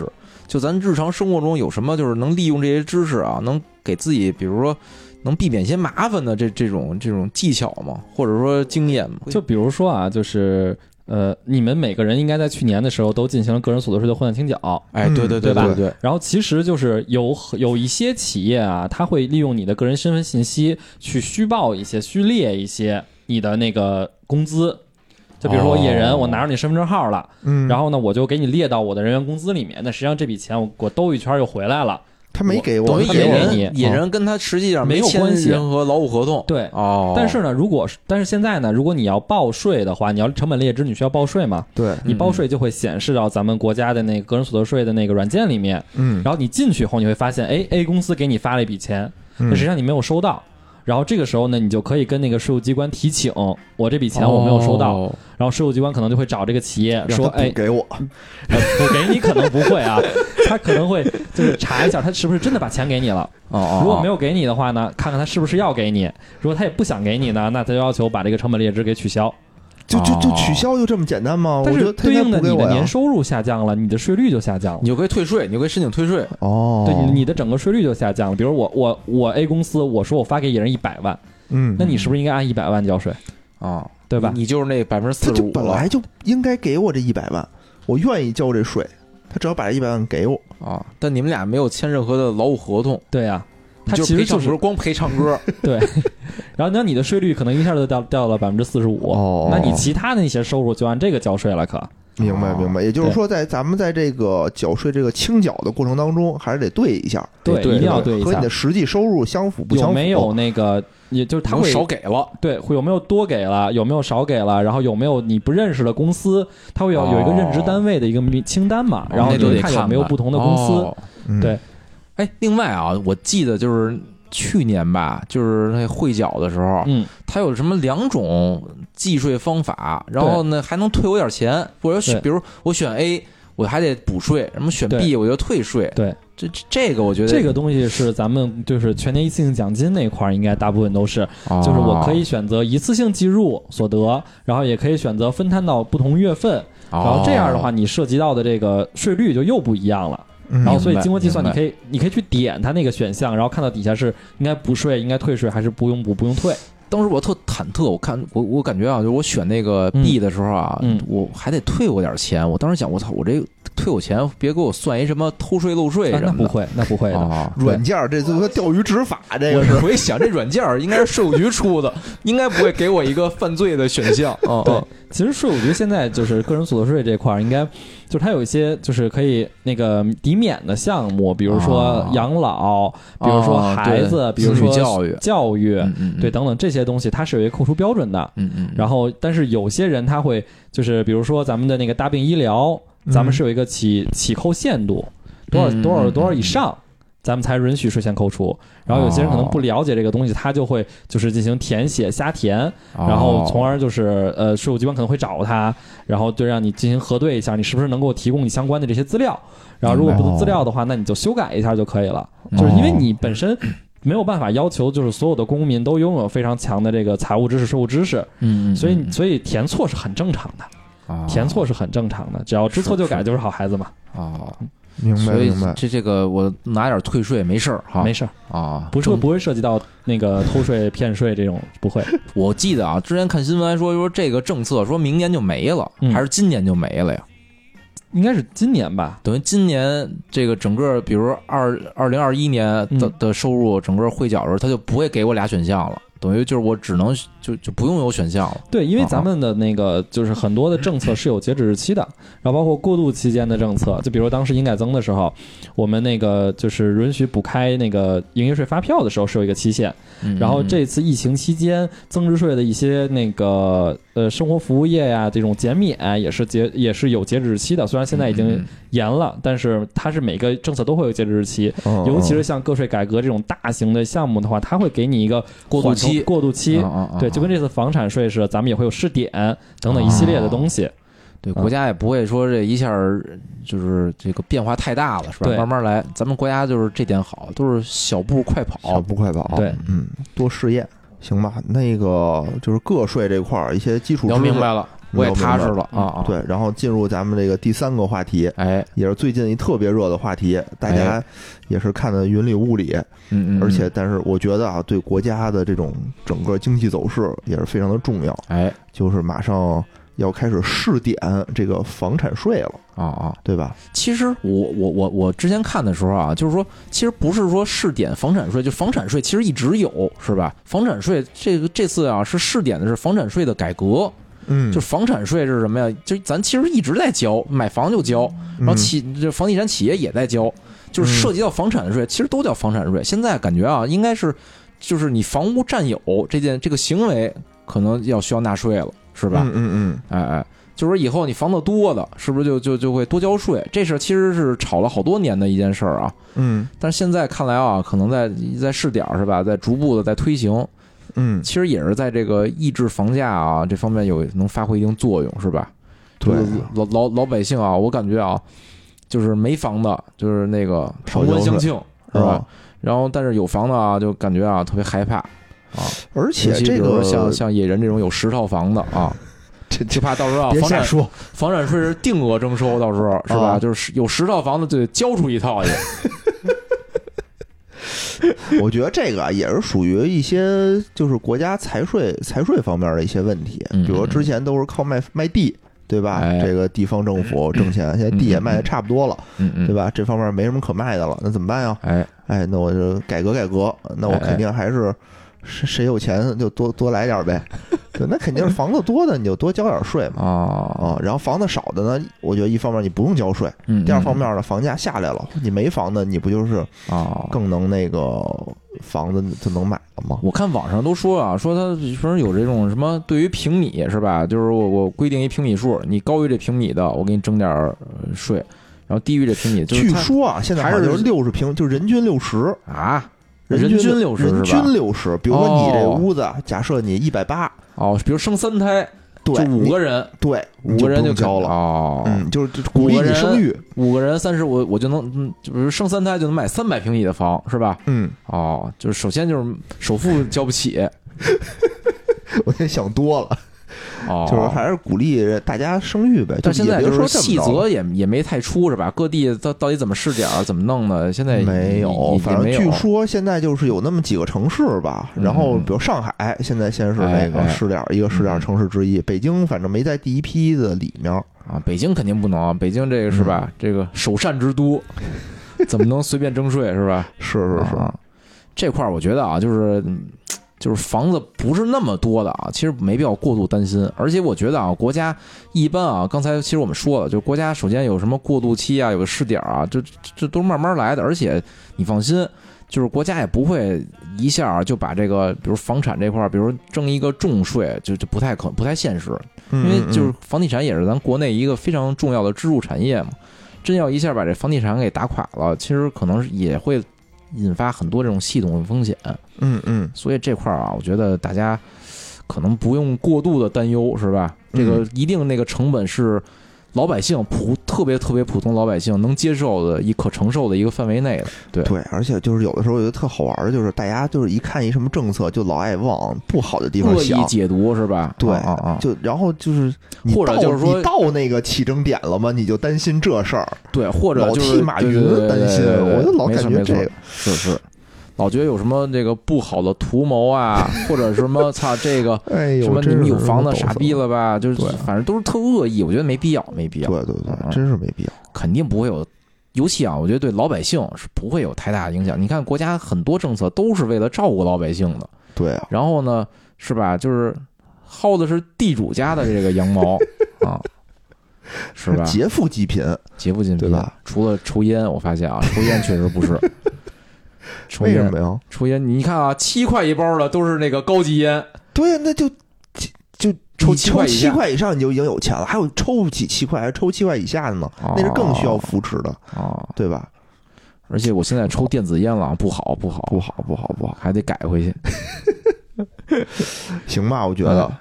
就咱日常生活中有什么就是能利用这些知识啊，能给自己比如说能避免一些麻烦的这这种这种技巧吗？或者说经验吗？ 就比如说啊，就是呃，你们每个人应该在去年的时候都进行了个人所得税的混算清缴。 哎，对对对对吧？ 对对。 然后其实就是有有一些企业啊，他会利用你的个人身份信息去虚报一些、虚列一些你的那个工资。就比如说我野人， 哦、 我拿着你身份证号了， 嗯， 然后呢，我就给你列到我的人员工资里面。那实际上这笔钱我我兜一圈又回来了。 他没给我， 等于野人野野人跟他实际上没有关系， 任何劳务合同。 对， 哦。 但是呢，如果但是现在呢，如果你要报税的话，你要成本列支，你需要报税嘛？ 对， 你报税就会显示到咱们国家的那个个人所得税的那个软件里面。 嗯， 然后你进去以后，你会发现，哎 ，A 公司给你发了一笔钱，但实际上你没有收到。然后这个时候呢，你就可以跟那个税务机关提请，我这笔钱我没有收到。哦、然后税务机关可能就会找这个企业说，哎， 给我， 呃，不给你可能不会啊，他可能会就是查一下他是不是真的把钱给你了。 哦， 如果没有给你的话呢，看看他是不是要给你。如果他也不想给你呢，那他就要求把这个成本列支给取消。 就就就取消就这么简单吗？ 但是对应的你的年收入下降了， 你的税率就下降了， 你就可以退税，你就可以申请退税。 哦， 对，你的整个税率就下降了。比如我我我 A 公司，我说我发给野人一百万， 嗯， 那你是不是应该按一百万交税啊？ 对吧？ 你就是那百分之四十五， 本来就应该给我这一百万，我愿意交这税，他只要把这一百万给我啊。但你们俩没有签任何的劳务合同。 对呀、啊。他其实就是光陪唱歌， 对。然后那你的税率可能一下就掉掉到了百分之四十五， 哦， 那你其他的那些收入就按这个交税了，可。 明白明白，也就是说，在咱们在这个缴税这个清缴的过程当中，还是得对一下， 对，一定要对一下， 和你的实际收入相符不相符？ 有没有那个，也就是他会少给了， 对，会有没有多给了，有没有少给了，然后有没有你不认识的公司，他会有有一个任职单位的一个清单嘛，然后就看有没有不同的公司， 哦、 对。 哎，另外啊，我记得就是去年吧，就是那汇缴的时候， 嗯， 它有什么两种计税方法，然后呢还能退我点钱，或者比如我选 A， 我还得补税，什么选 B 我就退税。 对， 这这个我觉得这个东西是咱们就是全年一次性奖金那块儿，应该大部分都是，哦、就是我可以选择一次性计入所得，然后也可以选择分摊到不同月份， 哦、 然后这样的话，你涉及到的这个税率就又不一样了。然后，所以经过计算，你可以你可以去点它那个选项，然后看到底下是应该补税、应该退税，还是不用补、不用退。 当时我特忐忑，我看我我感觉啊，就是我选那个 B 的时候啊， 嗯、 我还得退我点钱。我当时想，我操，我这退我钱，别给我算一什么偷税漏税什么的。 啊、那不会，那不会的。 啊、 软件这就是钓鱼执法，这个是。 我一想，这软件应该是税务局出的，应该不会给我一个犯罪的选项。 哦、对，其实税务局现在就是个人所得税这块儿，应该就是它有一些就是可以那个抵免的项目，比如说养老， 哦、 比如说孩子， 哦、 比如说教育、 教育， 嗯嗯对等等这些东西，它是有一个扣除标准的。 嗯嗯。 然后，但是有些人他会就是比如说咱们的那个大病医疗，咱们是有一个起起扣限度，多少多少多少以上。咱们才允许税前扣除，然后有些人可能不了解这个东西，他就会就是进行填写瞎填，然后从而就是呃税务机关可能会找他，然后就让你进行核对一下，你是不是能够提供你相关的这些资料，然后如果不是资料的话，那你就修改一下就可以了，就是因为你本身没有办法要求就是所有的公民都拥有非常强的这个财务知识、税务知识， 嗯， 所以所以填错是很正常的，填错是很正常的，只要知错就改就是好孩子嘛。 哦。 明白明白， 这这个我拿点退税没事儿哈， 没事儿啊， 不是不会涉及到那个偷税骗税这种，不会。 我记得啊，之前看新闻还说说这个政策说明年就没了， 嗯、 还是今年就没了呀？ 应该是今年吧。 等于今年这个整个，比如二二零二一年的、嗯、的收入，整个汇缴的时候，他就不会给我俩选项了。等于就是我只能就就不用有选项了。 对，因为咱们的那个就是很多的政策是有截止日期的，然后包括过渡期间的政策，就比如当时营改增的时候，我们那个就是允许补开那个营业税发票的时候是有一个期限， 嗯、 然后这次疫情期间增值税的一些那个呃生活服务业呀这种减免也是截也是有截止日期的，虽然现在已经严了， 嗯、 但是它是每个政策都会有截止日期， 哦、 尤其是像个税改革这种大型的项目的话，它会给你一个过渡期。 过渡期， 哦哦、 对，就跟这次房产税似的，咱们也会有试点等等一系列的东西。 哦、对，国家也不会说这一下就是这个变化太大了，是吧？慢慢来。咱们国家就是这点好，都是小步快跑， 小步快跑。 对， 嗯，多试验，行吧？那个就是个税这块儿一些基础知识， 聊明白了。 我也踏实了啊啊！ 对，然后进入咱们这个第三个话题， 哎， 也是最近一特别热的话题，大家也是看得云里雾里， 嗯嗯， 而且但是我觉得啊，对国家的这种整个经济走势也是非常的重要， 哎， 就是马上要开始试点这个房产税了啊啊， 对吧？ 其实我我我我之前看的时候啊，就是说，其实不是说试点房产税，就房产税其实一直有，是吧？房产税这个这次啊是试点的是房产税的改革。 嗯， 就房产税是什么呀？就咱其实一直在交，买房就交，然后企这房地产企业也在交，就是涉及到房产税，其实都叫房产税。现在感觉啊，应该是就是你房屋占有这件这个行为，可能要需要纳税了，是吧？ 嗯嗯嗯， 哎哎，就是说以后你房子多的，是不是就就就会多交税？这事其实是吵了好多年的一件事儿啊。 嗯， 但是现在看来啊，可能在在试点是吧，在逐步的在推行。 嗯， 其实也是在这个抑制房价啊这方面有能发挥一定作用，是吧？ 对， 老老老百姓啊，我感觉啊，就是没房的，就是那个旁观相庆，是吧？ 哦、 然后但是有房的啊，就感觉啊特别害怕啊， 而且这个像像野人这种有十套房的啊。就怕到时候啊，房产说房产税是定额征收，到时候是吧？啊、就是有十套房子就得交出一套去。 我觉得这个啊也是属于一些就是国家财税财税方面的一些问题，比如说之前都是靠卖卖地，对吧？ 哎、 这个地方政府挣钱，现在地也卖的差不多了， 嗯对吧？这方面没什么可卖的了，那怎么办呀？ 哎哎，那我就改革改革，那我肯定还是谁谁有钱就多多来点呗。对，那肯定是房子多的你就多交点税嘛。 啊啊，然后房子少的呢，我觉得一方面你不用交税， 嗯， 第二方面呢，房价下来了，你没房的你不就是啊更能那个房子就能买了吗？ 我看网上都说啊，说他说有这种什么对于平米是吧？就是我我规定一平米数，你高于这平米的，我给你征点税，然后低于这平米， 据说啊，现在还是六十平，就人均六十啊。 人均六十， 人均六十。比如说你这屋子，假设你一百八， 哦，比如生三胎， 对， 就五个人， 对， 五个人就交了， 哦， 嗯，就是鼓励你生育， 五个人三十，我我就能，嗯，就比如生三胎就能买三百平米的房，是吧？ 嗯， 哦，就是首先就是首付交不起， 我也想多了。 哦， 就是还是鼓励大家生育呗。 但现在就是细则也也没太出是吧？各地到到底怎么试点怎么弄的？现在没有，反正据说现在就是有那么几个城市吧。 嗯、 然后比如上海，现在先是那个试点、哎、一个试点城市之一。嗯、北京反正没在第一批的里面啊。北京肯定不能啊，北京这个是吧？嗯、这个首善之都，怎么能随便征税是吧？ 是是是， 啊、这块我觉得啊，就是。就是房子不是那么多的啊，其实没必要过度担心。而且我觉得啊，国家一般啊，刚才其实我们说了，就是国家首先有什么过渡期啊，有个试点啊，这这都是慢慢来的。而且你放心，就是国家也不会一下就把这个，比如房产这块，比如征一个重税，就就不太可不太现实。因为就是房地产也是咱国内一个非常重要的支柱产业嘛，真要一下把这房地产给打垮了，其实可能也会引发很多这种系统的风险。 嗯嗯， 所以这块啊，我觉得大家可能不用过度的担忧，是吧？这个一定那个成本是老百姓普特别特别普通老百姓能接受的一可承受的一个范围内的。对对，而且就是有的时候我觉得特好玩，就是大家就是一看一什么政策，就老爱往不好的地方想， 恶意解读是吧？ 对啊啊， 就然后就是或者就是说你到那个起征点了吗？你就担心这事儿。 对，或者就是老替马云担心，我就老感觉这个是是。老觉得有什么这个不好的图谋啊，或者什么操这个什么你们有房子傻逼了吧？就是反正都是特恶意，我觉得没必要，没必要。 对对对，真是没必要， 肯定不会有。尤其啊，我觉得对老百姓是不会有太大的影响。你看国家很多政策都是为了照顾老百姓的， 对啊。 然后呢，是吧？就是薅的是地主家的这个羊毛啊，是吧？ 劫富济贫， 劫富济贫， 对吧？ 除了抽烟，我发现啊，抽烟确实不是。抽烟为什么呀？ 抽烟，你看啊，七块一包的都是那个高级烟。 对呀，那就就抽七块七块以上你就已经有钱了，还有抽不起七块，还抽七块以下的呢， 哦、 那是更需要扶持的啊， 哦、对吧？ 而且我现在抽电子烟了，不好，不好， 不好，不好，不好， 还得改回去。 行吧，我觉得。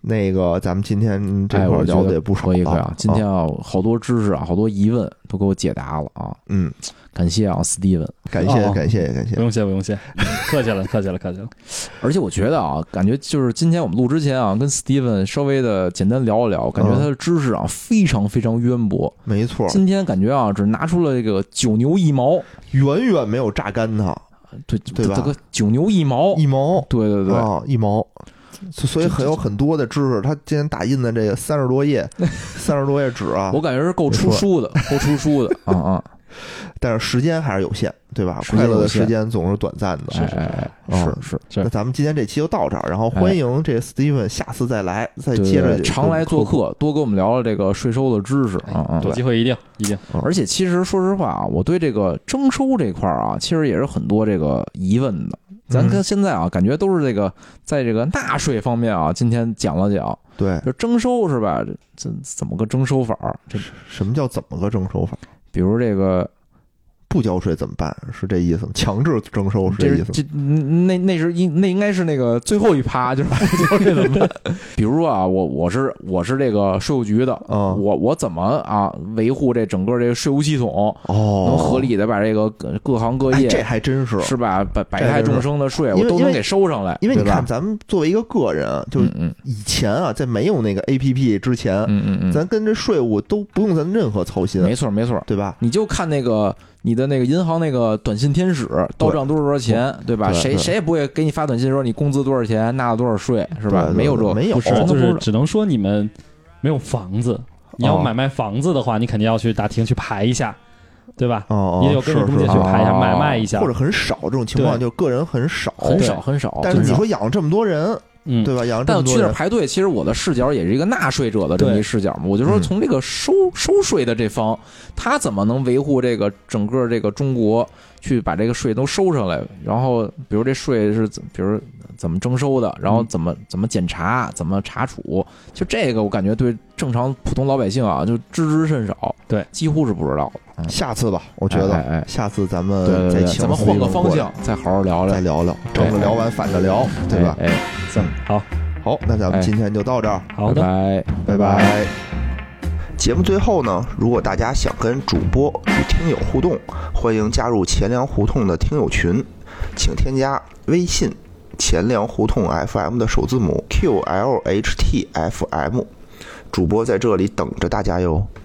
那个咱们今天这块聊的也不少了， 可以可以啊。今天啊，好多知识啊，好多疑问都给我解答了啊。 嗯， 感谢啊，斯蒂文， 感谢感谢感谢， 不用谢不用谢，客气了客气了客气了。 而且我觉得啊，感觉就是今天我们录之前啊，跟斯蒂文稍微的简单聊一聊，感觉他的知识啊非常非常渊博。 没错， 今天感觉啊，只拿出了这个九牛一毛， 远远没有榨干他。 对对吧？ 这个九牛一毛， 一毛， 对对对， 啊，一毛。所以很有很多的知识，他今天打印的这个三十多页，三十多页纸啊， 我感觉是够出书的，够出书的啊啊！ 但是时间还是有限，对吧？快乐的时间总是短暂的， 哎哎哎，是是是。 那咱们今天这期就到这儿，然后欢迎这 Steven 下次再来，再接着常来做客，多跟我们聊聊这个税收的知识啊啊！ 有机会一定一定。 而且其实说实话啊，我对这个征收这块啊，其实也是很多这个疑问的。咱跟现在啊，感觉都是这个在这个纳税方面啊，今天讲了讲， 对， 就征收是吧？这怎么个征收法？这什么叫怎么个征收法？ 比如这个不交税怎么办？是这意思吗？强制征收是这意思吗？ 这那那是应那应该是那个最后一趴，就是不交税怎么办？比如说啊，我我是我是这个税务局的， 嗯， 我我怎么啊维护这整个这个税务系统， 哦， 能合理的把这个各各行各业， 哎、这还真是是吧？百百害众生的税我都能给收上来， 因为你看，咱们作为一个个人，就是以前啊，在没有那个 A P P 之前， 嗯嗯嗯， 咱跟这税务都不用咱任何操心， 没错没错， 对吧？ 你就看那个。你的那个银行那个短信天使到账多少多少钱，对吧？谁谁也不会给你发短信说你工资多少钱，纳了多少税，是吧？没有这没有， 不是，就是只能说你们没有房子。你要买卖房子的话，你肯定要去大厅去排一下，对吧？ 哦， 你得有跟着中介去排一下，买卖一下， 或者很少这种情况，就个人很少， 很少很少。 但是你说养了这么多人。 嗯， 对吧？养但我去那排队，其实我的视角也是一个纳税者的这么一视角嘛。我就说，从这个收收税的这方，他怎么能维护这个整个这个中国去把这个税都收上来？然后，比如这税是怎，比如怎么征收的，然后怎么怎么检查，怎么查处？就这个，我感觉对正常普通老百姓啊，就知之甚少， 对， 几乎是不知道的。 嗯、下次吧，我觉得，哎哎下次咱们再请， 咱们换个方向，再好好聊聊， 再聊聊，正着聊完反着聊，对吧？ 哎， 行，好， 好，那咱们今天就到这儿， 好的， 拜拜拜。节目最后呢，如果大家想跟主播与听友互动，欢迎加入钱粮胡同的听友群，请添加微信钱粮胡同 F M 的首字母 Q L H T F M， 主播在这里等着大家哟。